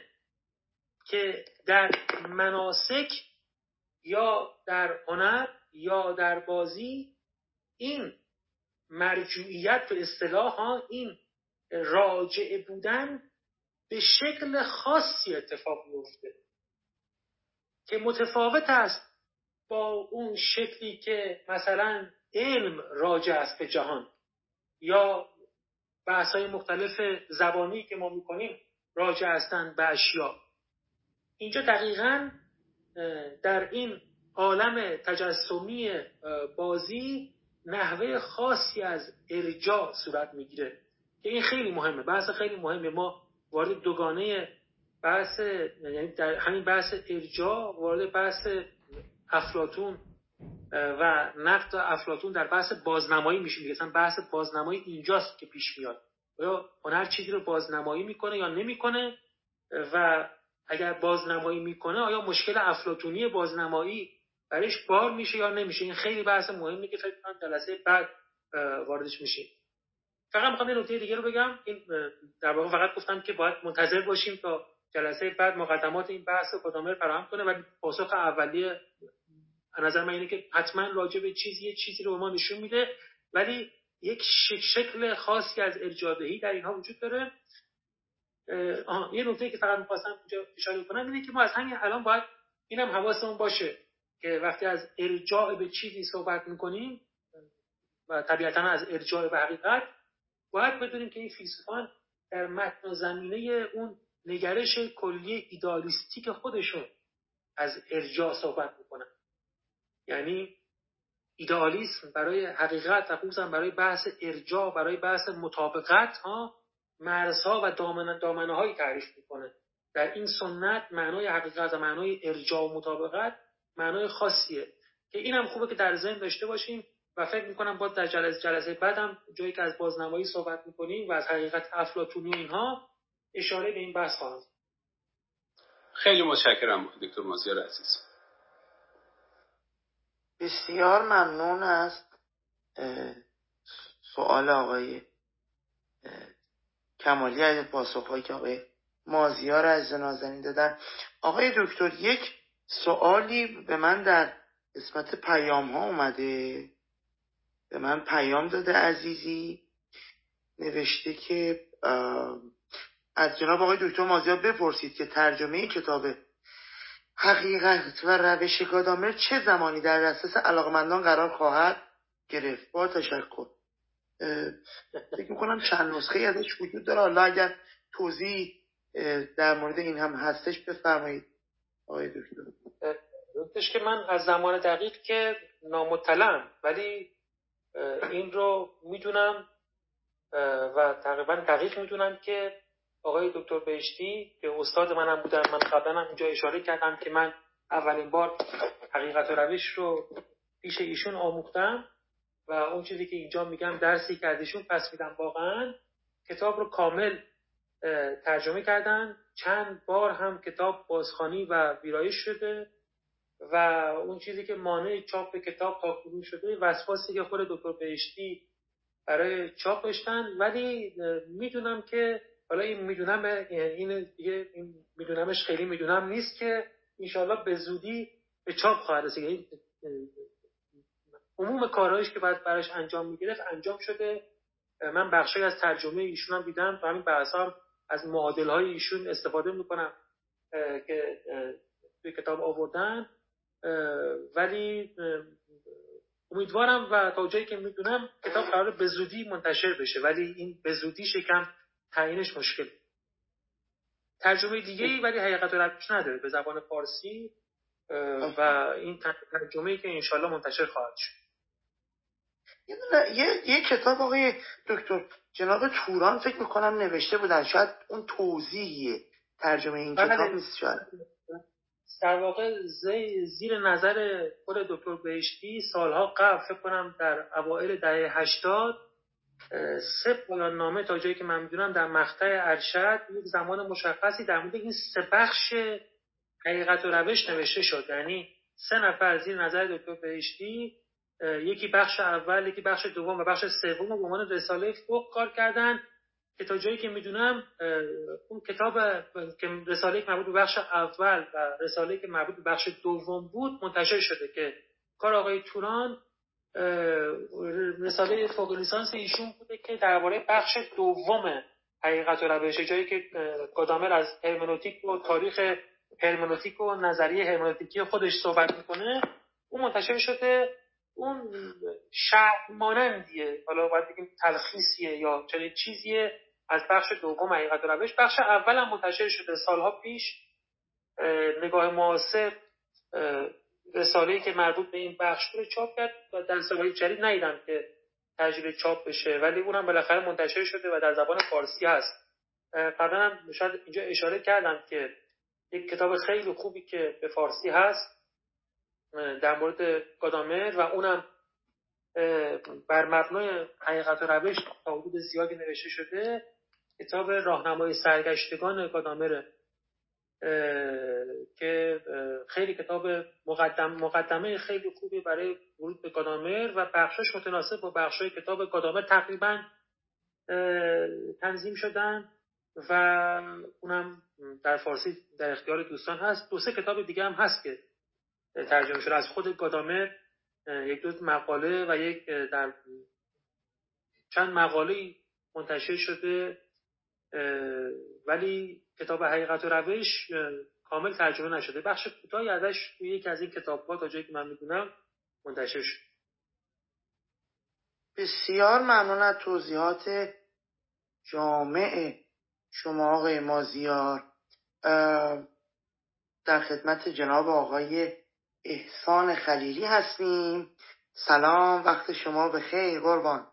که در مناسک یا در هنر یا در بازی این مرجوعیت به اصطلاح ها، این راجع بودن به شکل خاصی اتفاق میفته که متفاوت است با اون شکلی که مثلا علم راجع است به جهان یا بحث‌های مختلف زبانی که ما می‌کنیم راجع هستند به اشیا. اینجا دقیقاً در این عالم تجسمی بازی نحوه خاصی از ارجاع صورت میگیره که این خیلی مهمه، بحث خیلی مهمه. ما وارد دوگانه بحث، یعنی در همین بحث ارجاع وارد بحث افلاطون و نقد افلاطون در بحث بازنمایی میشیم. مثلا بحث بازنمایی اینجاست که پیش میاد، آیا هنر چیزی رو بازنمایی میکنه یا نمیکنه، و اگر بازنمایی میکنه آیا مشکل افلاطونی بازنمایی برایش بار میشه یا نمیشه. این خیلی بحث مهمی که فکر کنم جلسه بعد واردش میشیم. فقط میخوام یه نکته دیگه رو بگم. این در واقع فقط گفتم که باید منتظر باشیم تا جلسه بعد مقدمات این بحث رو گادامر فراهم کنه، ولی پاسخ اولیه از نظر من اینه که حتما راجع به چیزی چیزی رو به ما نشون میده، ولی یک شکل خاصی از ارجاع‌دهی در اینها وجود داره. آها، یه نکته که فقط می‌خواستم اینجا اشاره کنم اینه که ما از همین الان باید اینم حواسمون باشه که وقتی از ارجاع به چیزی صحبت می‌کنیم و طبیعتاً از ارجاع به حقیقت، باید بدونیم که این فیلسوفان در متن و زمینه اون نگرش کلی ایدالیستیک خودشون از ارجاع صحبت می‌کنن. یعنی ایدئالیسم برای حقیقت و خصوصا برای بحث ارجاع، برای بحث مطابقت ها مرزها و دامنه دامنه هایی تعریف میکنه. در این سنت معنای حقیقت و معنای ارجاع و مطابقت معنای خاصیه که اینم خوبه که در ذهن داشته باشیم و فکر میکنم با در جلسه جلسه بعدم جایی که از بازنمایی صحبت میکنیم و از حقیقت افلاطونی و اینها اشاره به این بحث خواهم. خیلی متشکرم دکتر مازیار عزیز. بسیار ممنون از سوال آقای کمالی از پاسخهایی که آقای مازیار عزیز نازنین دادن. آقای دکتر، یک سوالی به من در قسمت پیام ها اومده، به من پیام داده عزیزی، نوشته که از جناب آقای دکتر مازیار بپرسید که ترجمه کتاب حقیقت و روش گادامر چه زمانی در دسترس علاقمندان قرار خواهد گرفت؟ با تشکر. فکر میکنم چند نسخه ازش وجود داره، حالا اگر توضیح در مورد این هم هستش بفرمایید آقای دکتر. گفتش که من از زمان دقیق که نامطلعم، ولی این رو میدونم و تقریبا دقیق میدونم که آقای دکتر بهشتی که استاد منم بودن. من قبلا هم اینجا اشاره کردم که من اولین بار حقیقت و روش رو پیش ایشون آموختم و اون چیزی که اینجا میگم درسی که از ایشون پس میدم. واقعا کتاب رو کامل ترجمه کردن، چند بار هم کتاب بازخوانی و ویرایش شده و اون چیزی که مانع چاپ کتاب تا کنون شده وسواسی که خود دکتر بهشتی برای چاپ داشتن. ولی میدونم که حالا این میدونم این دیگه این میدونمش خیلی میدونم نیست که انشالله به زودی به چاپ خواهد رسید. عموم کارهایش که باید براش انجام میگرفت انجام شده. من بخشی از ترجمه ایشون هم دیدم، تو همین بحث هم از معادل های ایشون استفاده میکنم که توی کتاب آوردن. ولی امیدوارم و تا جایی که میدونم کتاب قراره به زودی منتشر بشه، ولی این به زودی شکم تعیینش مشکل. ترجمه دیگه ای ولی حقیقت و روش نداره به زبان فارسی و این ترجمه‌ای که انشالله منتشر خواهد شد. یه یه کتاب آقای دکتر جناب توران فکر میکنم نوشته بودن، شاید اون توضیحیه ترجمه این کتاب نیست. شاید در واقع زیر نظر خود دکتر بهشتی سالها قبل فکر کنم در اوایل دهه هشتاد سه پایان نامه تا جایی که من میدونم در مقطع ارشد یک زمان مشخصی در مورد این سه بخش حقیقت و روش نوشته شد. یعنی سه نفر زیر نظر دکتر بهشتی، یکی بخش اول، یکی بخش دوم و بخش سوم رو به عنوان رساله فوق کار کردن که تا جایی که میدونم اون کتاب که رساله که مربوط به بخش اول و رساله که مربوط به بخش دوم بود منتشر شده که کار آقای توران رساله فوق لیسانس ایشون بوده که درباره بخش دوم حقیقت و روش، جایی که گادامر از هرمنوتیک و تاریخ هرمنوتیک و نظریه هرمنوتیکی خودش صحبت میکنه، اون منتشر شده. اون شرح مانندیه، حالا باید بگیم تلخیصیه یا چنین چیزیه از بخش دوم حقیقت و روش. بخش اول هم منتشر شده سالها پیش. نگاه معاصر رساله‌ای که مربوط به این بخش رو چاپ کرد و در سالهای جدید ندیدم که تجربه چاپ بشه، ولی اونم بالاخره منتشر شده و در زبان فارسی هست. قبلا هم شاید اینجا اشاره کردم که یک کتاب خیلی خوبی که به فارسی هست در مورد گادامر و اونم بر مبنای حقیقت و روش تا حدود زیادی نوشته شده، کتاب راهنمای سرگشتگان گادامر که خیلی کتاب مقدم مقدمه خیلی خوبی برای ورود به گادامر و بخشش متناسب با بخشای کتاب گادامر تقریبا تنظیم شدن و اونم در فارسی در اختیار دوستان هست. دو سه کتاب دیگه هم هست که ترجمه شده از خود گادامر، یک دو مقاله و یک در چند مقاله منتشر شده، ولی کتاب حقیقت و روش کامل ترجمه نشده. بخش کوتاهی ازش توی یکی از این کتاب‌ها تا جایی که من میدونم منتشر شد. بسیار ممنون از توضیحات جامع شما آقای مازیار. در خدمت جناب آقای احسان خلیلی هستیم. سلام، وقت شما بخیر قربان.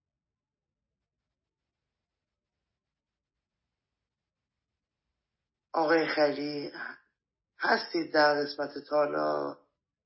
آقای خلیلی هستید در قسمت تالا؟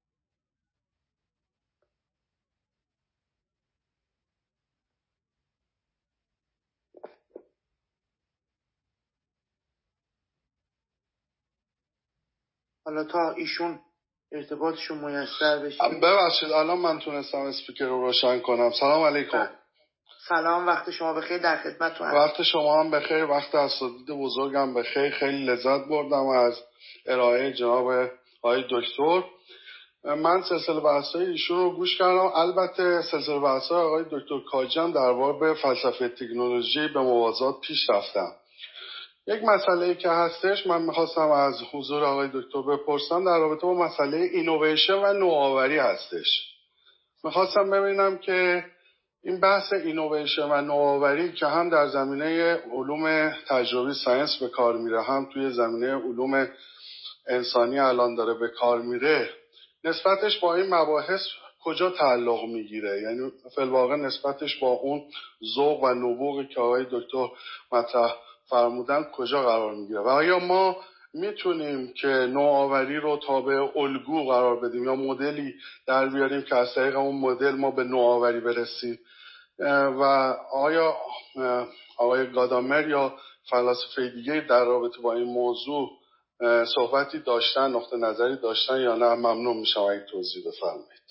حالا تا ایشون ارتباطشون میسر بشه. ببخشید الان من تونستم اسپیکر رو روشن کنم. سلام علیکم. سلام، وقت شما بخیر، در خدمتتون هستم. وقت شما هم بخیر، وقت اساتید بزرگم بخیر. خیلی لذت بردم از ارائه جناب آقای دکتر. من سلسله بحث‌های ایشون رو گوش کردم. البته سلسله بحث‌های آقای دکتر کاجی هم در باب فلسفه تکنولوژی به موازات پیش رفتم. یک مسئله که هستش من میخواستم از حضور آقای دکتر بپرسم در رابطه با مسئله اینوویشن و نوآوری هستش. میخواستم ببینم که این بحث اینوویشن و نوآوری که هم در زمینه علوم تجربی ساینس به کار میره، هم توی زمینه علوم انسانی الان داره به کار میره، نسبتش با این مباحث کجا تعلق میگیره؟ یعنی فی الواقع نسبتش با اون ذوق و نبوغی که آقای دکتر مطرح فرمودن کجا قرار میگیره و آیا ما میتونیم که نوآوری رو تابع الگو قرار بدیم یا مدلی در بیاریم که از طریق اون مدل ما به نوآوری برسیم؟ و آیا آقای گادامر یا فلاسفه دیگه در رابطه با این موضوع صحبتی داشتن، نقطه نظری داشتن یا نه؟ ممنون میشم اگه توضیح بفرمایید.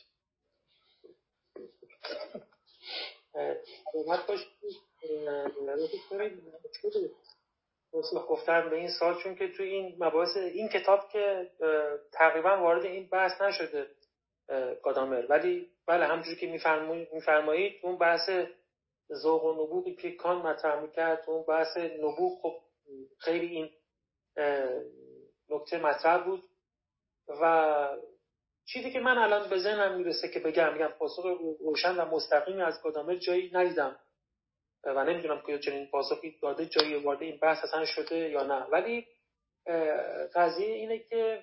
اومد باش توضیح گفتم به این سال، چون که توی این مباحث این کتاب که تقریبا وارد این بحث نشده گادامر، ولی بله همونجوری که میفرمایید اون بحث ذوق و نبوغی که کان مطرح میکرد، اون بحث نبوغ خب خیلی این نکته مطرح بود و چیزی که من الان به ذهنم میرسه که بگم میگم پاسخ روشن و مستقیمی از گادامر جایی ندیدم و نمیدونم که چنین پاسخی داده جایی وارد این بحث اصلا شده یا نه، ولی قضیه اینه که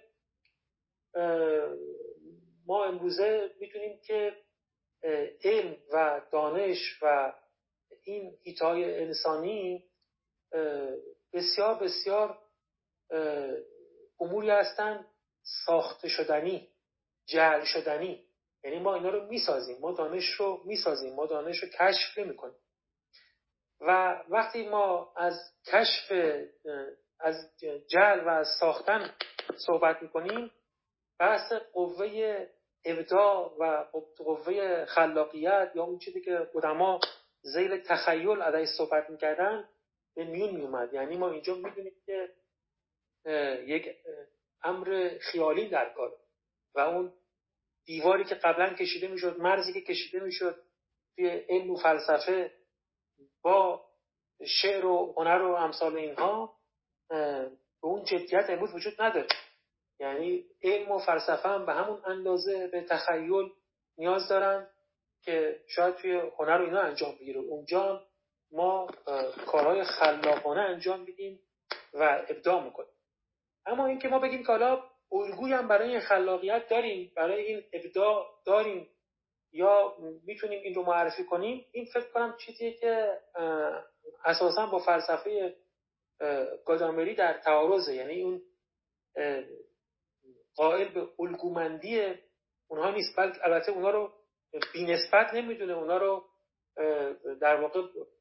ما امروزه میتونیم که علم و دانش و این حیطه‌های انسانی بسیار بسیار اموری هستن ساخته شدنی، جعل شدنی، یعنی ما اینا رو میسازیم، ما دانش رو میسازیم، ما دانش رو کشف نمی‌کنیم و وقتی ما از کشف، از جعل و از ساختن صحبت می‌کنیم، بحث قوه ابداع و قوه خلاقیت یا اون چیزی که قدما ذیل تخیل ازش صحبت می‌کردن به میون میومد. یعنی ما اینجا می‌دونیم که یک امر خیالی در کار و اون دیواری که قبلا کشیده میشد، مرزی که کشیده میشد توی علم و فلسفه با شعر و هنر و امثال اینها به اون جدیت امروز وجود نداره. یعنی علم و فلسفه هم به همون اندازه به تخیل نیاز دارن که شاید توی هنر و اینا انجام بگیره. اونجا ما کارهای خلاقانه انجام بدیم و ابداع میکنیم. اما این که ما بگیم که حالا الگویی هم برای این خلاقیت داریم، برای این ابداع داریم یا میتونیم این رو معرفی کنیم، این فکر کنم چیزیه که اساساً با فلسفه گادامری در تعارضه. یعنی اون قائل به الگومندی اونها نیست، بلکه البته اونها رو بی‌نسبت نمیدونه، اونها رو در واقع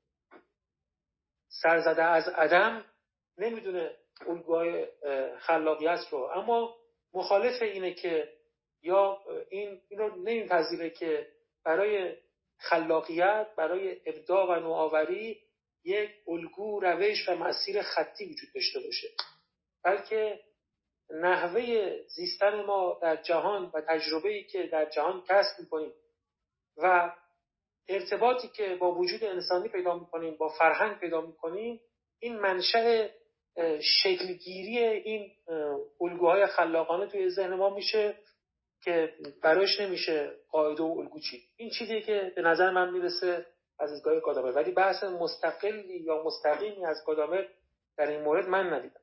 سرزده از عدم نمیدونه الگوهای خلاقیت رو، اما مخالف اینه که یا این این رو نمیپذیره که برای خلاقیت، برای ابداع و نوآوری یک الگو، روش و مسیر خطی وجود داشته باشه، بلکه نحوه زیستن ما در جهان و تجربه‌ای که در جهان کسب می‌کنیم و ارتباطی که با وجود انسانی پیدا می‌کنیم، با فرهنگ پیدا می‌کنیم، این منشأ شکلگیری این الگوهای خلاقانه توی ذهن ما میشه که براش نمیشه قاعده و الگو چید. این چیزیه که به نظر من میرسه از دیدگاه گادامر، ولی بحث مستقلی یا مستقیمی از گادامر در این مورد من ندیدم.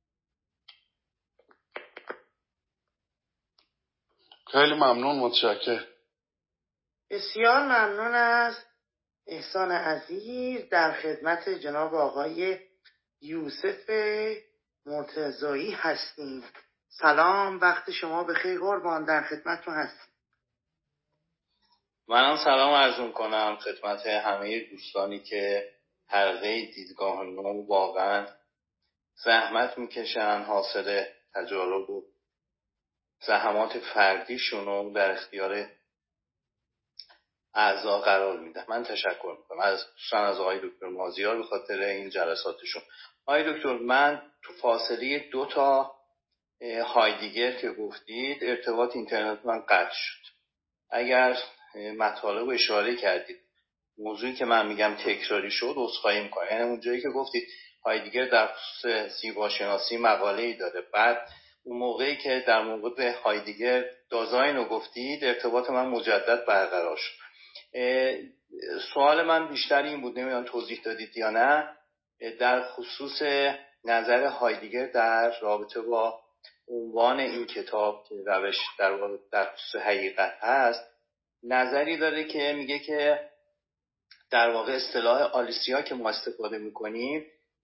خیلی ممنون، متشکرم. بسیار ممنون از احسان عزیز. در خدمت جناب آقای یوسف مرتضایی هستیم. سلام، وقت شما بخیر قربان، در خدمتتون هستیم. منم سلام عرض می‌کنم خدمت همه دوستانی که حلقه دیدگاه نو واقعا زحمت میکشن، حاصل تجارب و زحمات فردیشون رو در اختیار اعضا قرار میدن. من تشکر میکنم از شان از آقای دکتر مازیار به خاطر این جلساتشون. آقای دکتر، من تو فاصله دو تا هایدگر که گفتید ارتباط اینترنت من قطع شد. اگر مطالب اشاره کردید موضوعی که من میگم تکراری شد عذرخواهی میکنم. یعنی اونجایی که گفتید هایدگر در خصوص زیباشناسی مقاله‌ای داره، بعد اون موقعی که در مورد هایدگر دازاین رو گفتید ارتباط من مجدد برقرار شد. سوال من بیشتر این بود، نمیدونم توضیح دادید یا نه، در خصوص نظر هایدگر در رابطه با عنوان این کتاب که روش در در خصوص حقیقت هست، نظری داره که میگه که در واقع اصطلاح آلیسیا که ما استفاده میکنیم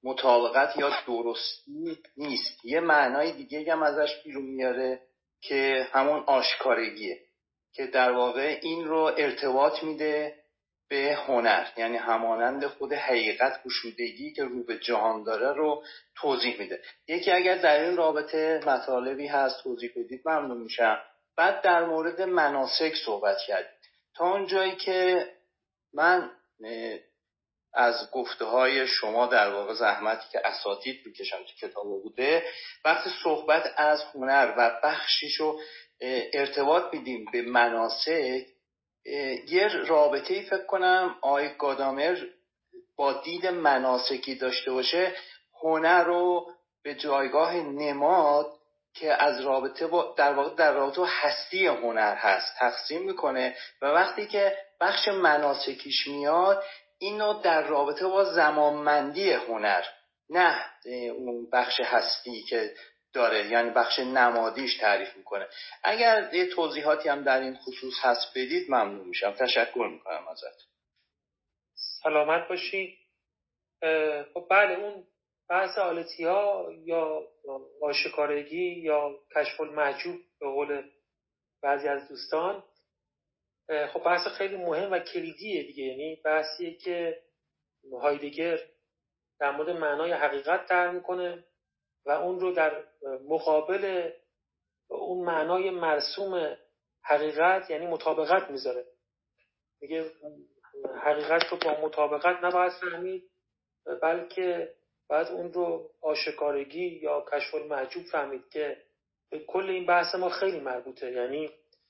مطابقت یا درستی نیست. یه معنای دیگه هم ازش بیرون میاره که همون آشکارگیه که در واقع این رو ارتباط میده به هنر، یعنی همانند خود حقیقت گشودگی که رو به جهان داره رو توضیح میده. یکی اگر در این رابطه مطالبی هست توضیح بدید ممنون میشم. بعد در مورد مناسک صحبت کردید تا اون جایی که من از گفته های شما در واقع زحمتی که اساتید میکشن تو کتاب بوده، وقتی صحبت از هنر و بخشیشو ارتباط میدیم به مناسک، یه رابطه‌ای فکر کنم آقای گادامر با دید مناسکی داشته باشه، هنر رو به جایگاه نماد که از رابطه با در واقع در رابطه با هستی هنر هست تقسیم میکنه و وقتی که بخش مناسکیش میاد اینو در رابطه با زمانمندی هنر، نه اون بخش هستی که داره یعنی بخش نمادیش تعریف میکنه. اگر یه توضیحاتی هم در این خصوص هست بدید ممنون میشم. تشکر میکنم ازت. سلامت باشی. خب بله، اون بحث آلتی ها یا آشکارگی یا کشف المحجوب به قول بعضی از دوستان، خب بحث خیلی مهم و کلیدیه دیگه. یعنی بحثیه که هایدگر در مورد معنای حقیقت طرح میکنه و اون رو در مقابل اون معنای مرسوم حقیقت یعنی مطابقت میذاره. میگه حقیقت رو با مطابقت نباید فهمید، بلکه باید اون رو آشکارگی یا کشف المحجوب فهمید که کل این بحث ما خیلی مربوطه. یعنی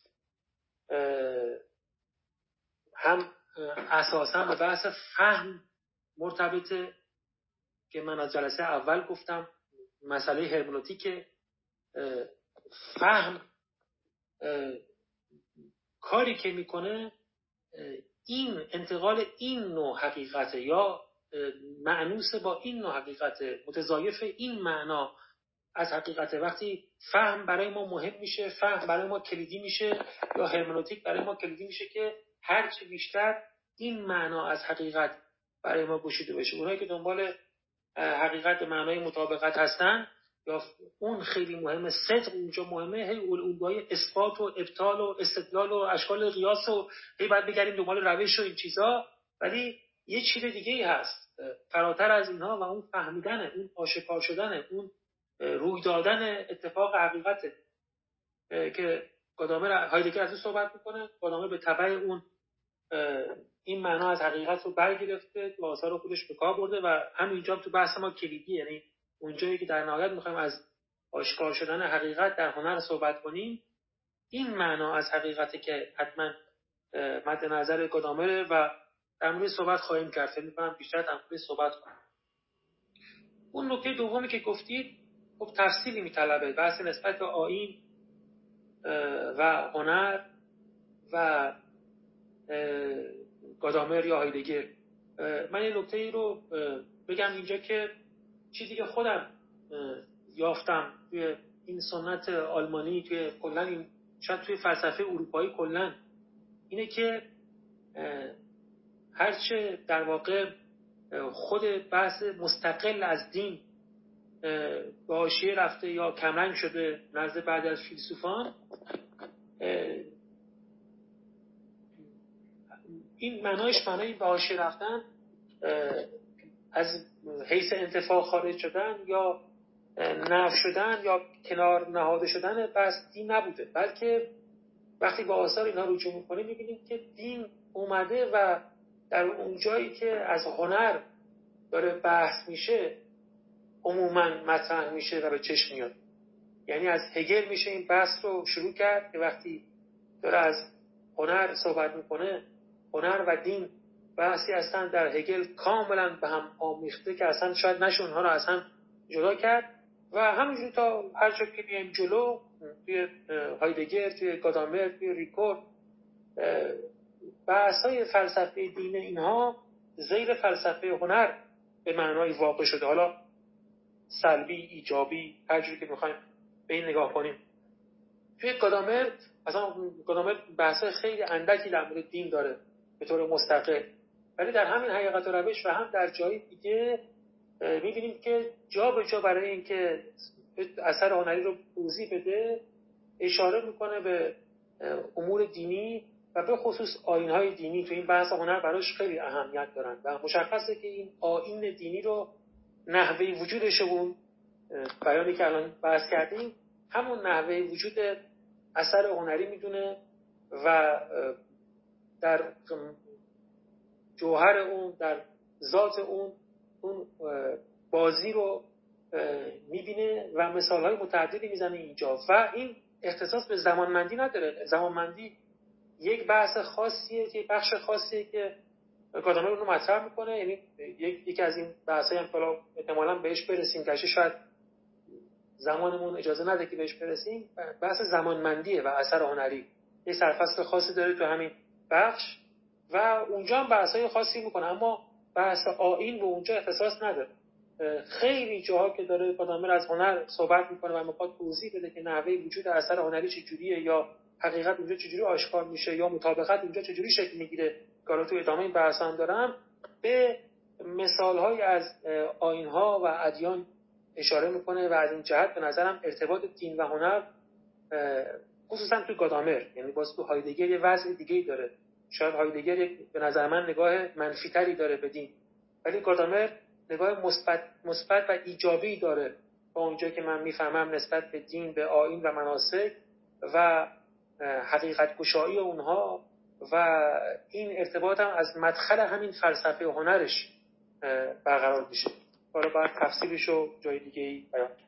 هم اساساً به بحث فهم مرتبطه که من از جلسه اول گفتم، مسئله هرمنوتیک فهم کاری که میکنه این انتقال این نوع حقیقت یا معنوس با این نوع حقیقت، متضایف این معنا از حقیقت. وقتی فهم برای ما مهم میشه، فهم برای ما کلیدی میشه یا هرمنوتیک برای ما کلیدی میشه که هرچی بیشتر این معنا از حقیقت برای ما گشوده بشه. اونایی که دنبال حقیقت معنای مطابقت هستن یا اون خیلی مهمه، صدق اونجا مهمه، هی الگوهای اثبات و ابطال و استدلال و اشکال قیاس و هی بعد بگردیم دنبال روش و این چیزا، ولی یه چیز دیگه ای هست فراتر از اینها و اون فهمیدنه، اون آشکار شدنه، اون روی دادن اتفاق حقیقته که گادامر هایدگر از این صحبت میکنه. گادامر به تبع اون این معنا از حقیقت رو برگرفته و آثار خودش به کار برده و همینجا تو بحث ما کلیدی، یعنی اونجایی که در نهایت میخوایم از آشکار شدن حقیقت در هنر صحبت کنیم، این معنا از حقیقته که حتما مد نظر گادامره و در مورد صحبت خواهیم کرد. فکر می‌کنم بیشتر در مورد صحبت کنیم. اون نکته دومی که گفتید خب تفصیلی میطلبه، بحث نسبت به آیین و هنر و گادامر یا هایدگر. من یه نکته ای رو بگم اینجا که چیزی که خودم یافتم توی این سنت آلمانی، توی کلن این شاید توی فلسفه اروپایی کلن، اینه که هرچه در واقع خود بحث مستقل از دین به حاشیه رفته یا کمرنگ شده نزد بعضی از فیلسوفان، این معنایش معنای به حاشیه رفتن از حیث انتفاع خارج شدن یا نفی شدن یا کنار نهاده شدن بس دین نبوده، بلکه وقتی با آثار اینا رجوع میکنیم میبینیم که دین اومده و در اون جایی که از هنر داره بحث میشه عموما مطرح میشه و به چشم میاد. یعنی از هگل میشه این بحث رو شروع کرد که وقتی داره از هنر صحبت میکنه، هنر و دین بحثی هستن در هگل کاملا به هم آمیخته که اصلا شاید نشه اونها رو از هم جدا کرد و همینجور تا هر جا که بیایم جلو توی هایدگر، توی گادامر، توی ریکورد، بحث‌های فلسفه دین اینها زیر فلسفه هنر به معنای واقع شده، حالا سلبی، ایجابی، هر جوری که می‌خوایم به این نگاه کنیم. توی گادامر مثلا گادامر بحث‌های خیلی اندکی در مورد دین داره به طور مستقل، ولی در همین حقیقت و روش و هم در جای دیگه می‌بینیم که جا به جا برای اینکه اثر هنری رو توضیح بده اشاره میکنه به امور دینی و به خصوص آیین‌های دینی. تو این بحث هنر براش خیلی اهمیت دارن و مشخصه که این آیین دینی رو نحوه وجودش اون بیانی که الان بحث کردیم همون نحوه وجود اثر هنری میدونه و در جوهر اون، در ذات اون اون بازی رو میبینه و مثالهای متعددی میزنه اینجا و این اختصاص به زمانمندی نداره. زمانمندی یک بحث خاصیه که بخش خاصیه که گادامر اون رو مطرح میکنه، یعنی یک یکی از این بحثایی هم که احتمالاً بهش برسیم که شاید زمانمون اجازه نده که بهش برسیم، بحث زمانمندیه و اثر هنری یک سرفصل خاصی داره تو همین بخش و اونجا هم بحثای خاصی میکنه، اما بحث آیین به اونجا اختصاص نداره. خیلی جاها که داره گادامر از هنر صحبت میکنه و میخواد توضیح بده که نحوه وجود اثر هنری چجوریه یا حقیقت اونجا چجوری آشکار میشه یا مطابقت اونجا چجوری شکل میگیره، که تو ادامه این بحث هم دارم، به مثالهای از آیین‌ها و ادیان اشاره میکنه و از این جهت به نظرم ارتباط دین و هنر خصوصا تو گادامر، یعنی باز تو هایدگر یه وضع دیگه‌ای داره. شاید هایدگر به نظر من نگاه منفی‌تری داره به دین، ولی گادامر نگاه مثبت مثبت و ایجابی داره با اونجا که من میفهمم نسبت به دین، به آیین و مناسک و حقیقت گشایی اونها و این ارتباط هم از مدخل همین فلسفه هنرش برقرار میشه. حالا باید تفصیلش رو جای دیگه ای بیان کرد.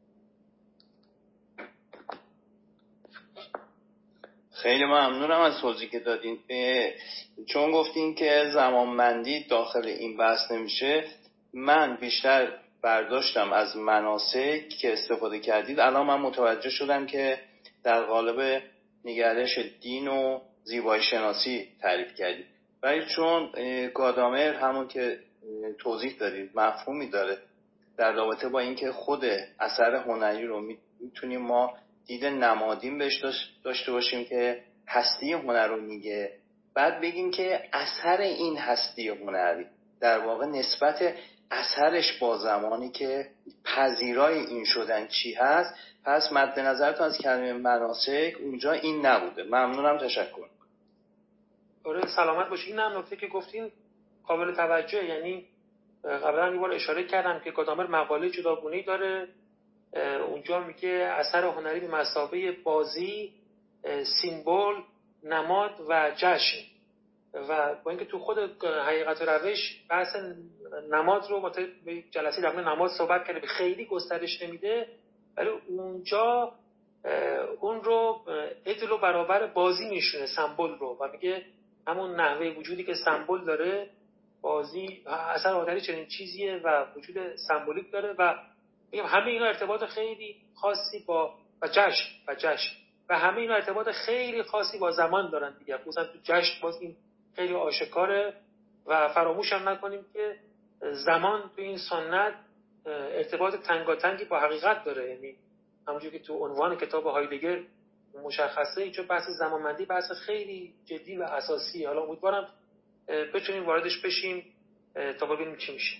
خیلی ممنونم از توضیحی که دادین. چون گفتین که زمانمندی داخل این بحث نمیشه، من بیشتر برداشتم از مناسک که استفاده کردید. الان من متوجه شدم که در قالب نگرش دین و زیبایی شناسی تعریف کردید، ولی چون گادامر همون که توضیح دادید مفهومی داره در رابطه با اینکه خود اثر هنری رو میتونیم ما دید نمادین بهش داشته باشیم که هستی هنر رو میگه، بعد بگیم که اثر این هستی هنری در واقع نسبت اثرش با زمانی که پذیرای این شدن چی هست. پس مد نظرتون از کلمه مناسک اونجا این نبوده. ممنونم، تشکر. آره سلامت باشی. این هم نکته که گفتین قابل توجه، یعنی قبلا یه بار اشاره کردم که گادامر مقاله جداگونه‌ای داره، اونجا میگه اثر هنری به مثابه بازی، سیمبل، نماد و جشن. و با اینکه تو خود حقیقت روش بحث نماد رو مثلا به جلسه در مورد نماد صحبت کرده، خیلی گسترش نمیده، ولی اونجا اون رو عدل و برابر بازی میشونه، سمبل رو، و میگه همون نحوه وجودی که سمبل داره بازی اثر هنری چنین چیزیه و وجود سمبولیک داره و میگم همه اینا ارتباط خیلی خاصی با و جشن و جشن و همه اینا ارتباط خیلی خاصی با زمان دارن دیگه. خصوصا تو جشن باز این خیلی آشکاره و فراموش هم نکنیم که زمان تو این سنت ارتباط تنگاتنگی با حقیقت داره، یعنی همونجوری که تو عنوان کتاب هایدگر مشخصه، اینجا بحث زمانمندی بحث خیلی جدی و اساسیه. حالا امیدوارم بتونیم واردش بشیم تا ببینیم چی میشه.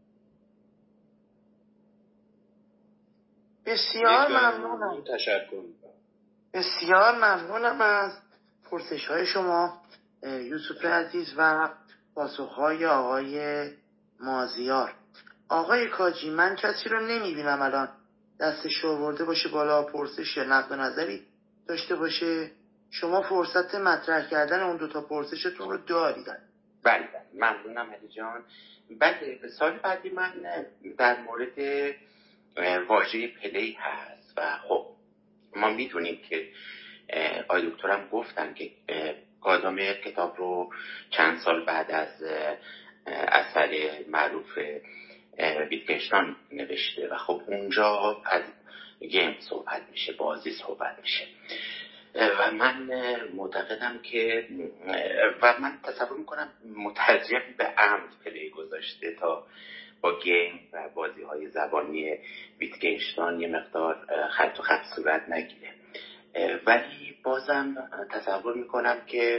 بسیار ممنونم. تشکر. بسیار ممنونم از پرسش های شما یوسف عزیز و پاسخ های آقای مازیار. آقای کاجی، من کسی رو نمیبینم الان دستش رو آورده باشه بالا پرسش یا نقد و نظری داشته باشه. شما فرصت مطرح کردن اون دوتا پرسشتون رو دارید. بله ممنونم علی جان. بعد سال بعدی من در مورد واژه پلی هست و خب ما میدونیم که آقای دکترم گفتن که گادامر کتاب رو چند سال بعد از اثر معروف ویتگنشتاین نوشته و خب اونجا از گیم صحبت میشه، بازی صحبت میشه و من معتقدم که و من تصور میکنم مترجم به عمد پلی گذاشته تا با گیم و بازی های زبانی ویتگنشتاین یه مقدار خط و خط صورت نگیره، ولی بازم تصور میکنم که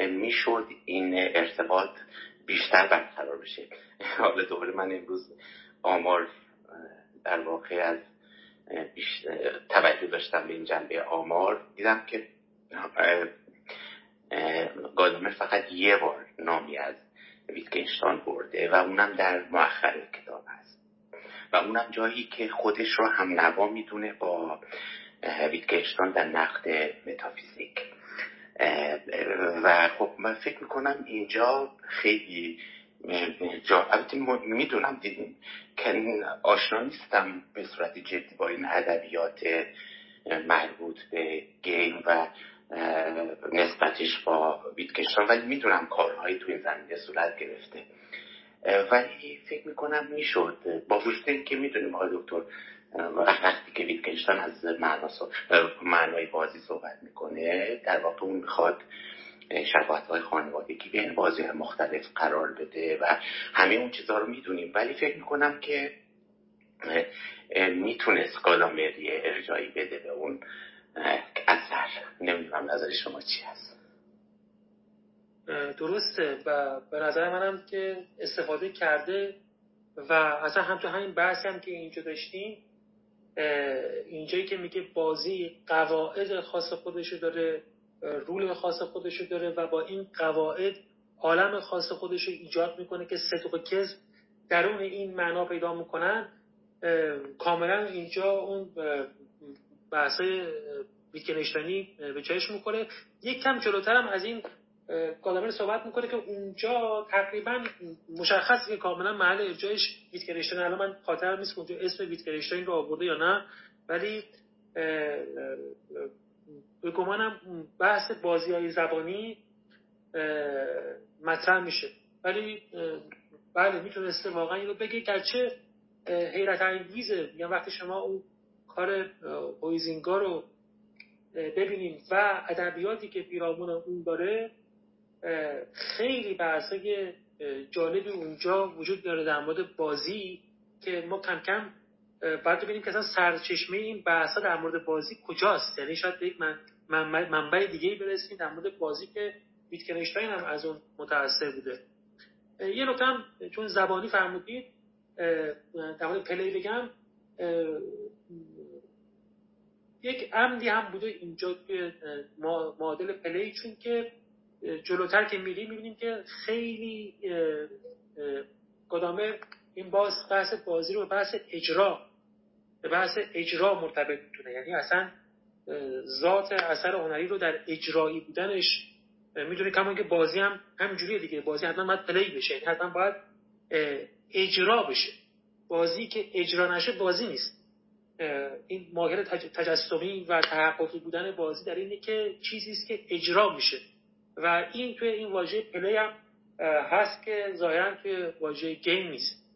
میشد این ارتباط بیشتر برقرار بشه. حالا دوباره من امروز آمار در واقع از بیشتر توجه داشتم به این جنبه آمار، دیدم که گادامر فقط یه بار نامی از ویتگنشتاین برده و اونم در مؤخر کتاب هست و اونم جایی که خودش رو هم نوا میدونه با ویتگنشتاین در نقد متافیزیک. و خب من فکر میکنم اینجا خیلی جا، البته میدونم دیدیم که آشنا نیستم به صورت جدی با این ادبیات مربوط به گیم و نسبتش با ویتگنشتاین، ولی میدونم کارهایی تو این زمینه صورت گرفته. ولی فکر میکنم میشد با وجود اینکه میدونیم آقای دکتر وقتی که ویتگنشتاین از معنای بازی صحبت میکنه، در واقع اون میخواد شباهت‌های خانوادگی بین بازی‌های مختلف قرار بده و همه اون چیزها رو میدونیم، ولی فکر میکنم که میتونست گادامر یه ارجایی بده به اون اثر. نمیدونم نظر شما چی هست؟ درسته و به نظر منم که استفاده کرده و اصلا هم تو همین بحثی هم که اینجا داشتیم، اینجایی که میگه بازی قواعد خاص خودشو داره، رول خاص خودشو داره و با این قواعد عالم خاص خودشو ایجاد میکنه که صدق و کذب درون این معنا پیدا میکنن، کاملا اینجا اون بحثای ویتگنشتاینی به چشم میکنه. یک کم جلوتر هم از این گادامر صحبت میکنه که اونجا تقریبا مشخصه که کاملا محل ارجاعش ویتگنشتاین. الان من خاطرم نیست که اونجا اسم ویتگنشتاین رو آورده یا نه، ولی به گمانم بحث بازی‌های زبانی مطرح میشه. ولی بله میتونسته واقعا اینو بگه، گرچه حیرت انگیزه میگم وقتی شما اون کار هویزینگا رو ببینیم و ادبیاتی که پیرامون اون داره، خیلی بحثای جالبی اونجا وجود داره در مورد بازی که ما کم کم باید ببینیم که اصلا سرچشمه این بحثا در مورد بازی کجاست. یعنی شاید یک من منبع دیگه‌ای برسیم در مورد بازی که ویتگنشتاین هم از اون متأثر بوده. یه نکته هم چون زبانی فرمودید در مورد پلی بگم، یک عمدی هم بوده اینجا که معادل پلی، چون که جلوتر که میریم میبینیم که خیلی گادامر این باز بحث بازی رو به بحث اجرا به بحث اجرا مرتبط میتونه. یعنی اصلا ذات اثر هنری رو در اجرایی بودنش میدونه، کما که بازی هم همینجوریه دیگه. بازی حتما باید پلی بشه، یعنی حتما باید اجرا بشه. بازی که اجرا نشه بازی نیست. این ماهر تجسمی و تحققی بودن بازی در اینه که چیزی است که اجرا میشه و این توی این واژه پلی هم هست که ظاهرا توی واژه گیم نیست.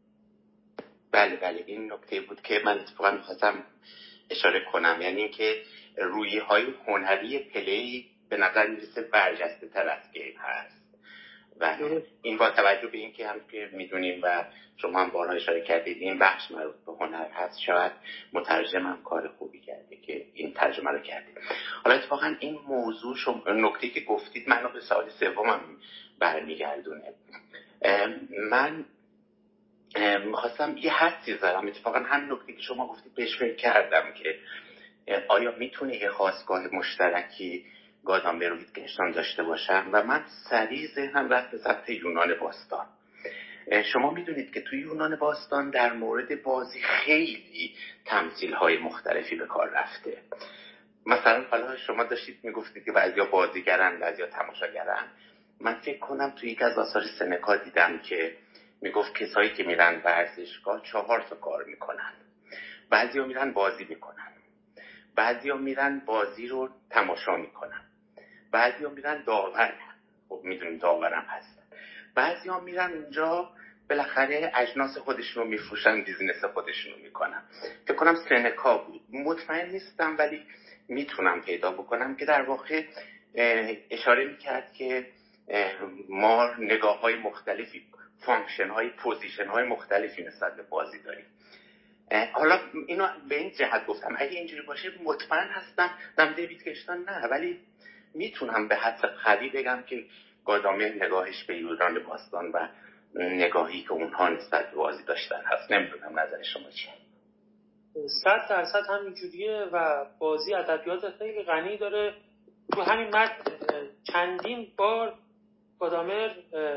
بله بله این نکته بود که من اتفاقا می‌خواستم اشاره کنم، یعنی اینکه رویه‌های هنری پلی به نظر میرسه برجسته تر از گیم هست و این با توجه به اینکه هم که میدونیم و شما هم بارها اشاره کردید این بخش مربوط به هنر هست، شاید مترجم هم کار خوبی کرده که این ترجمه رو کرده. حالا اتفاقا این موضوع شما نکته که گفتید منو به سوال سومم برمیگردونه. من میخواستم یه حدسی بذارم، اتفاقا هم نکته که شما گفتید بهش فکر کردم که آیا میتونه یه خاستگاه مشترکی گادامر و ویتگنشتاین داشته باشن و من سریع ذهنم رفت به سمت یونان باستان. شما میدونید که توی یونان باستان در مورد بازی خیلی تمثیل‌های مختلفی به کار رفته. مثلا حالا شما داشتید میگفتید که بعضیا بازیگرن بعضیا تماشاگرن. من فکر کنم توی یک از آثار سنکا دیدم که میگفت کسایی که میرن ورزشگاه چهار تا کار میکنن. بعضیا میرن بازی میکنن، بعضیا میرن بازی رو تماشا میکنن، بعضیا میرن داورن، خب میدونیم داورم هستن، بعضیا میرن اونجا بالاخره اجناس خودشون رو میفروشن، بیزینس خودشون رو میکنن. فکر کنم سنکا بود، مطمئن نیستم ولی میتونم پیدا بکنم که در واقع اشاره میکرد که ما نگاه های مختلفی، فانکشن های، پوزیشن های مختلفی نسبت به بازی داریم. حالا اینو به این جهت گفتم اگه اینجوری باشه مطمئن هستم دم ویتگنشتاین نه، ولی میتونم به حد قوی بگم که گادامر نگاهش به یونان باستان و نگاهی که اونها نسبت به بازی داشتن هست. نمیدونم نظر شما چیه؟ صد درصد همینجوریه و بازی ادبیات خیلی غنی داره. تو همین متن چندین بار گادامر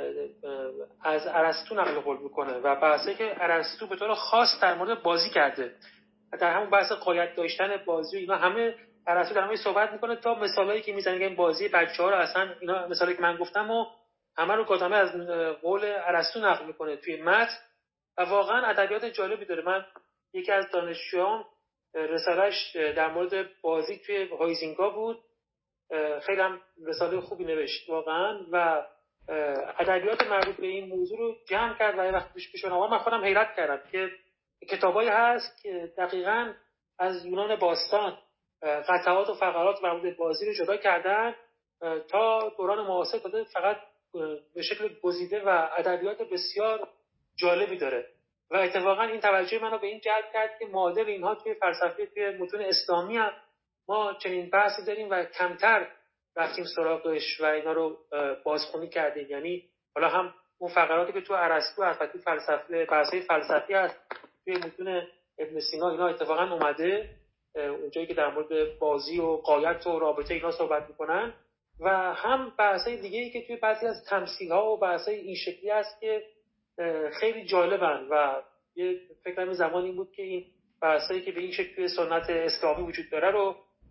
از ارسطو نقل قول میکنه و بحثی که ارسطو به طور خاص در مورد بازی کرده، در همون بحث غایت داشتن بازی و اینا همه ارسطو در همین صحبت میکنه، تا مثالایی که میزنه که این بازی بچه‌ها رو اصلا اینا مثالی که من گفتم و همه رو گادامر از قول ارسطو نقل میکنه توی متن و واقعا ادبیات جالبی داره. من یکی از دانشجویان رساله‌اش در مورد بازی توی هایزینگا بود، خیلی هم رساله خوبی نوشت واقعا و ادبیات مربوط به این موضوع رو جمع کرد و یه وقت پیش پیشون آورد. من خودم حیرت کردم که کتابایی هست که دقیقاً از یونان باستان قطعات و فقرات مربوط به بازی رو جدا کردن تا دوران معاصر داده، فقط به شکل گزیده و ادبیات بسیار جالبی داره و اتفاقا این توجه منو به این جلب کرد که مادر اینها توی فلسفه توی متون اسلامی هم ما چنین بحثی داریم و کمتر رفتیم سراغش و اینا رو بازخوانی کردیم. یعنی حالا هم اون فقراتی که تو ارسطو البته فلسفه بحث‌های فلسفی هست توی متون ابن سینا اینا اتفاقا اومده، اونجایی که در مورد بازی و غایت و رابطه اینا صحبت میکنن و هم بحث‌های دیگه‌ای که توی بعضی از تمثیل‌ها و بحث‌های این شکلی هست که خیلی جالبن و یه فکر کنم زمان این بود که این بحثایی که به این شکل توی سنت اسلامی وجود داره رو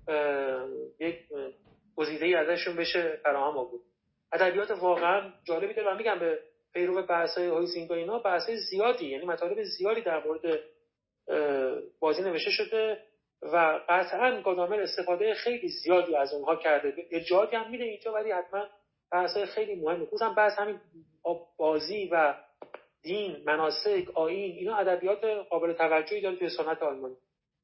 یک گزیده‌ای ازشون بشه فراهم آورد. ادبیات واقعا جالبی داره و میگم به پیرو بحث‌های هایزینگ و اینا بحث‌های زیادی، یعنی مطالب زیادی در مورد بازی نوشته شده و قطعاً گادامر استفاده خیلی زیادی از اونها کرده. ارجاعاتی هم میده اینجا ولی حتما بحث‌های خیلی مهمه، خصوصا بحث همین بازی و دین، مناسک، آیین، اینا ادبیات قابل توجهی داره توی سنت آلمانی.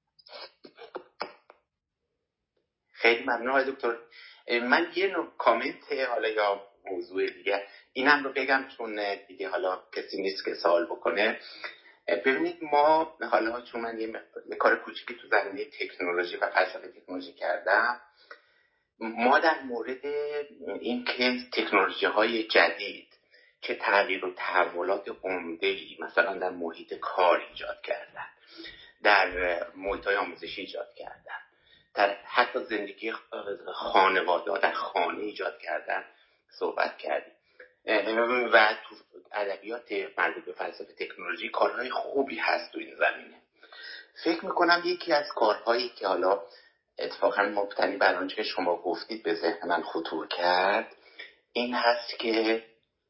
خیلی ممنون آقای دکتر. من یه نوع کامنت حالا یا موضوع دیگه اینم رو بگم چون دیگه حالا کسی نیست که سوال بکنه. ببینید ما حالا چون من یه, یه کار کوچیکی تو زمینه تکنولوژی و فلسفه تکنولوژی کردم، ما در مورد اینکه تکنولوژی های جدید چه تغییر و تحولات عمده‌ای مثلا در محیط کار ایجاد کردن، در محیط‌های آموزشی ایجاد کردن، در حتی زندگی خانواده در خانه ایجاد کردن صحبت کردیم و تو ادبیات مربوط به فلسفه تکنولوژی کارهای خوبی هست تو این زمینه. فکر میکنم یکی از کارهایی که حالا اتفاقا مبتنی بر آنچه که شما گفتید به ذهن من خطور کرد این هست که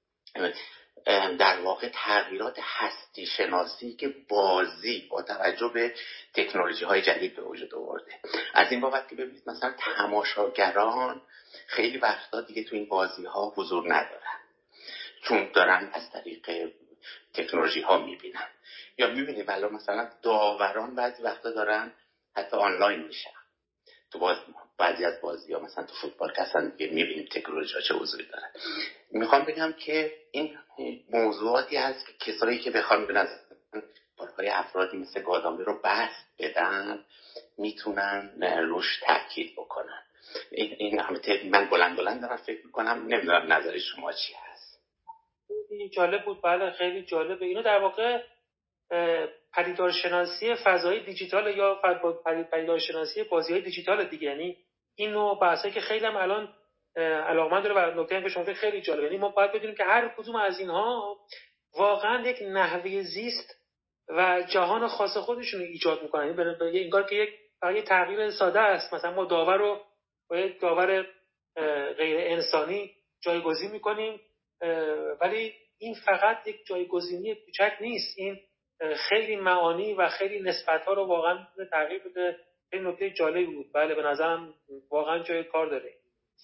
در واقع تغییرات هستی شناسی که بازی با توجه به تکنولوژی های جدید به وجود آورده. از این بابت که ببینید مثلا تماشاگران خیلی وقتا دیگه تو این بازی ها حضور ندارن چون دارن از طریق تکنولوژی ها میبینن، یا میبینید ولی مثلا داوران بعضی وقتا دارن حتی آنلاین میشن تو باز بعضی از بازی ها، مثلا تو فوتبال که اصلا دیگه میبینیم تکنولوژی ها چه حضوری دارن. میخوام بگم که این موضوعاتی هست که کسایی که بخوان به نظر برای افرادی مثل گادامر رو بحث بدن میتونن روش تاکید بکنن. این این همه من بلند بلند دارم فکر میکنم، نمیدونم نظر شما چی هست. این جالب بود، بله خیلی جالبه. اینو در واقع پدیدارشناسی فضایی دیجیتال یا پدیدارشناسی بازی‌های دیجیتال دیگه، یعنی این نوع بحثایی که خیلی هم الان علاقمند داره و نکته که شما خیلی جالبه. یعنی ما باید بدونیم که هر کدوم از اینها واقعا یک نحوه زیست و جهان خاص خودشون رو ایجاد میکنن. یعنی انگار که یک فقط تغییر ساده است، مثلا ما داور رو با یک داور غیر انسانی جایگزین میکنیم، ولی این فقط یک جایگزینی کوچک نیست، این خیلی معانی و خیلی نسبت‌ها رو واقعا تغییر بده. این نکته جالبی بود. بله به نظرم واقعا جای کار داره.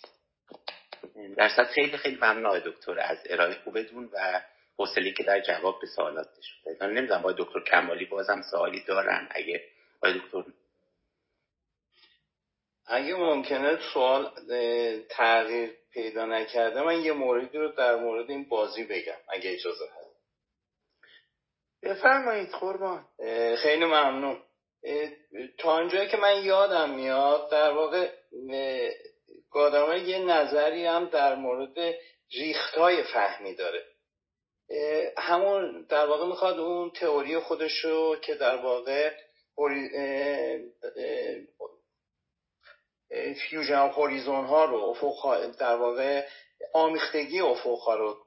در صد خیلی خیلی ممنون آقای دکتر از ارائه خوبتون و حوصله‌ای که در جواب به سوالات شده. من نمیدونم آقای دکتر کمالی بازم سوالی دارن. اگه آقای دکتر اگه ممکنه سوال تغییر پیدا نکرده، من یه موردی رو در مورد این بازی بگم اگه اجازه هست. بفرمایید قربان. خیلی ممنون. تا اونجایی که من یادم میاد در واقع گادامر یه نظری هم در مورد ریخت‌های فهمی داره همون در واقع میخواد اون تئوری خودش رو که در واقع فیوژن آف هوریزون ها رو افق در واقع آمیختگی افق ها رو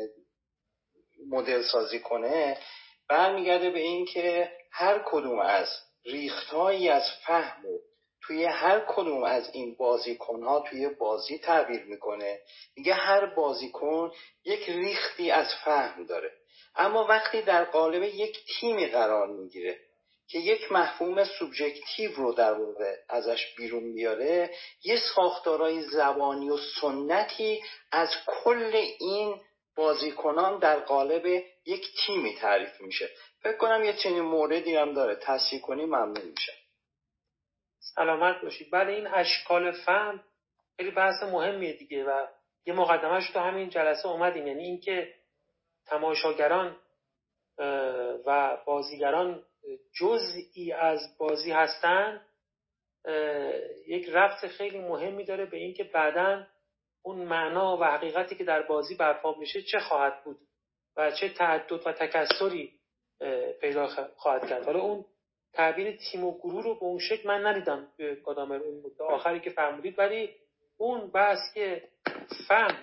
مدل سازی کنه، برمیگرده به این که هر کدوم از ریختهایی از فهم رو توی هر کدوم از این بازیکن ها توی بازی تعبیر میکنه. میگه هر بازیکن یک ریختی از فهم داره، اما وقتی در قالب یک تیمی قرار میگیره که یک مفهوم سوبژکتیو رو در واقع ازش بیرون بیاره، یه ساختارهای زبانی و سنتی از کل این بازیکنان در قالب یک تیمی تعریف میشه. فکر کنم یه چنین موردی هم داره، تصحیح کنی ممنون میشه. سلامت باشید. بله، این اشکال فهم خیلی بحث مهمیه دیگه و یه مقدمه‌اش تو همین جلسه اومدیم، یعنی اینکه تماشاگران و بازیگران جزئی از بازی هستن یک ربط خیلی مهمی داره به اینکه بعداً اون معنا و حقیقتی که در بازی برپا میشه چه خواهد بود و چه تعدد و تکثری پیدا خواهد کرد. حالا اون تعبیر تیم و گروه رو به اون شکل من ندیدم به کدام اون نکته آخری که فرمودید، ولی اون بحث که فهم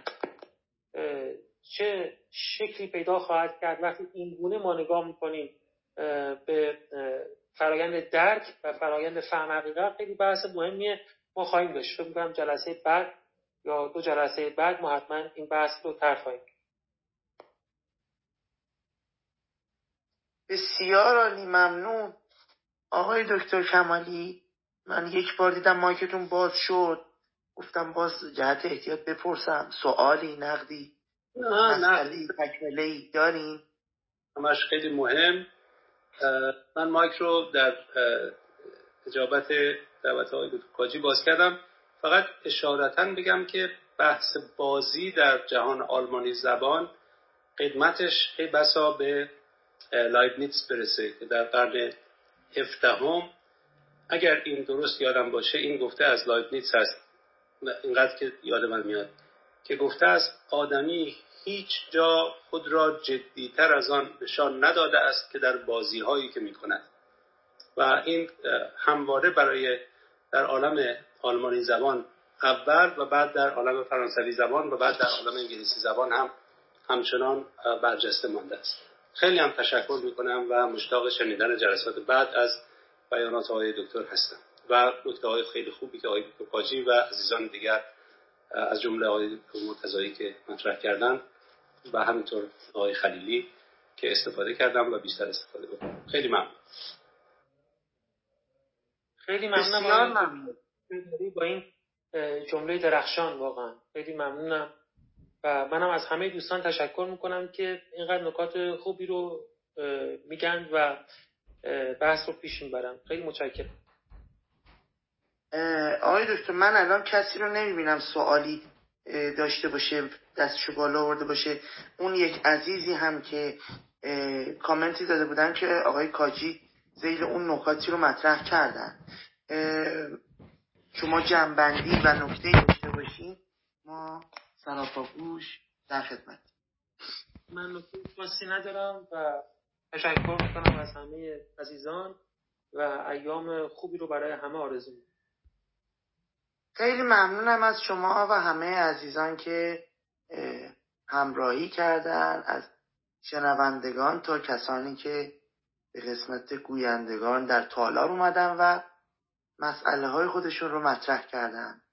چه شکلی پیدا خواهد کرد وقتی این گونه ما نگاه میکنیم به فرایند درک و فرایند فهم حقیقت، خیلی بحث مهمیه. ما خواهیم داشت. فکر می‌کنم جلسه بعد یا دو جلسه بعد ما حتما این بحث رو طرح خواهیم. بسیار عالی، ممنون آقای دکتر کمالی. من یک بار دیدم مایکتون باز شد، گفتم باز جهت احتیاط بپرسم سوالی، نقدی، مسئله‌ای، تکمله‌ای دارین؟ همش خیلی مهم. من مایک رو در اجابت دعوت آقای دکتر کاجی باز کردم. فقط اشارتاً بگم که بحث بازی در جهان آلمانی زبان قدمتش خیلی بسا به لایبنیتس برسه که در قرن هفدهم، اگر این درست یادم باشه، این گفته از لایبنیتس هست، اینقدر که یاد من میاد، که گفته است آدمی هیچ جا خود را جدیتر از آن نشان نداده است که در بازی هایی که می کند. و این همواره برای در عالم آلمانی زبان اول و بعد در عالم فرانسوی زبان و بعد در عالم انگلیسی زبان هم همچنان برجسته مانده است. خیلی هم تشکر میکنم و مشتاق شنیدن جلسات بعد از بیانات آقای دکتر هستم و نکته‌های خیلی خوبی که آقای دکتر کاجی و عزیزان دیگر از جمله آقای دکتر مرتضایی که مطرح کردن و همینطور آقای خلیلی که استفاده کردم و بیشتر استفاده بکنم. خیلی ممنون. خیلی ممنونم با این جمله درخشان، واقعا خیلی ممنونم و منم از همه دوستان تشکر میکنم که اینقدر نکات خوبی رو میگن و بحث رو پیش میبرن. خیلی متشکرم. آقای دکتر، من الان کسی رو نمیبینم سوالی داشته باشه، دستشو بالا آورده باشه. اون یک عزیزی هم که کامنتی داده بودن که آقای کاجی ذیل اون نکاتی رو مطرح کردن. شما جنبندی و نکته داشته باشین، ما سراپاگوش در خدمت. من نکته خاصی ندارم و تشکر میکنم از همه عزیزان و ایام خوبی رو برای همه آرزو میکنم. خیلی ممنونم از شما و همه عزیزان که همراهی کردن، از شنوندگان تا کسانی که به قسمت گویندگان در تالار اومدن و مسئله های خودشون رو مطرح کردن.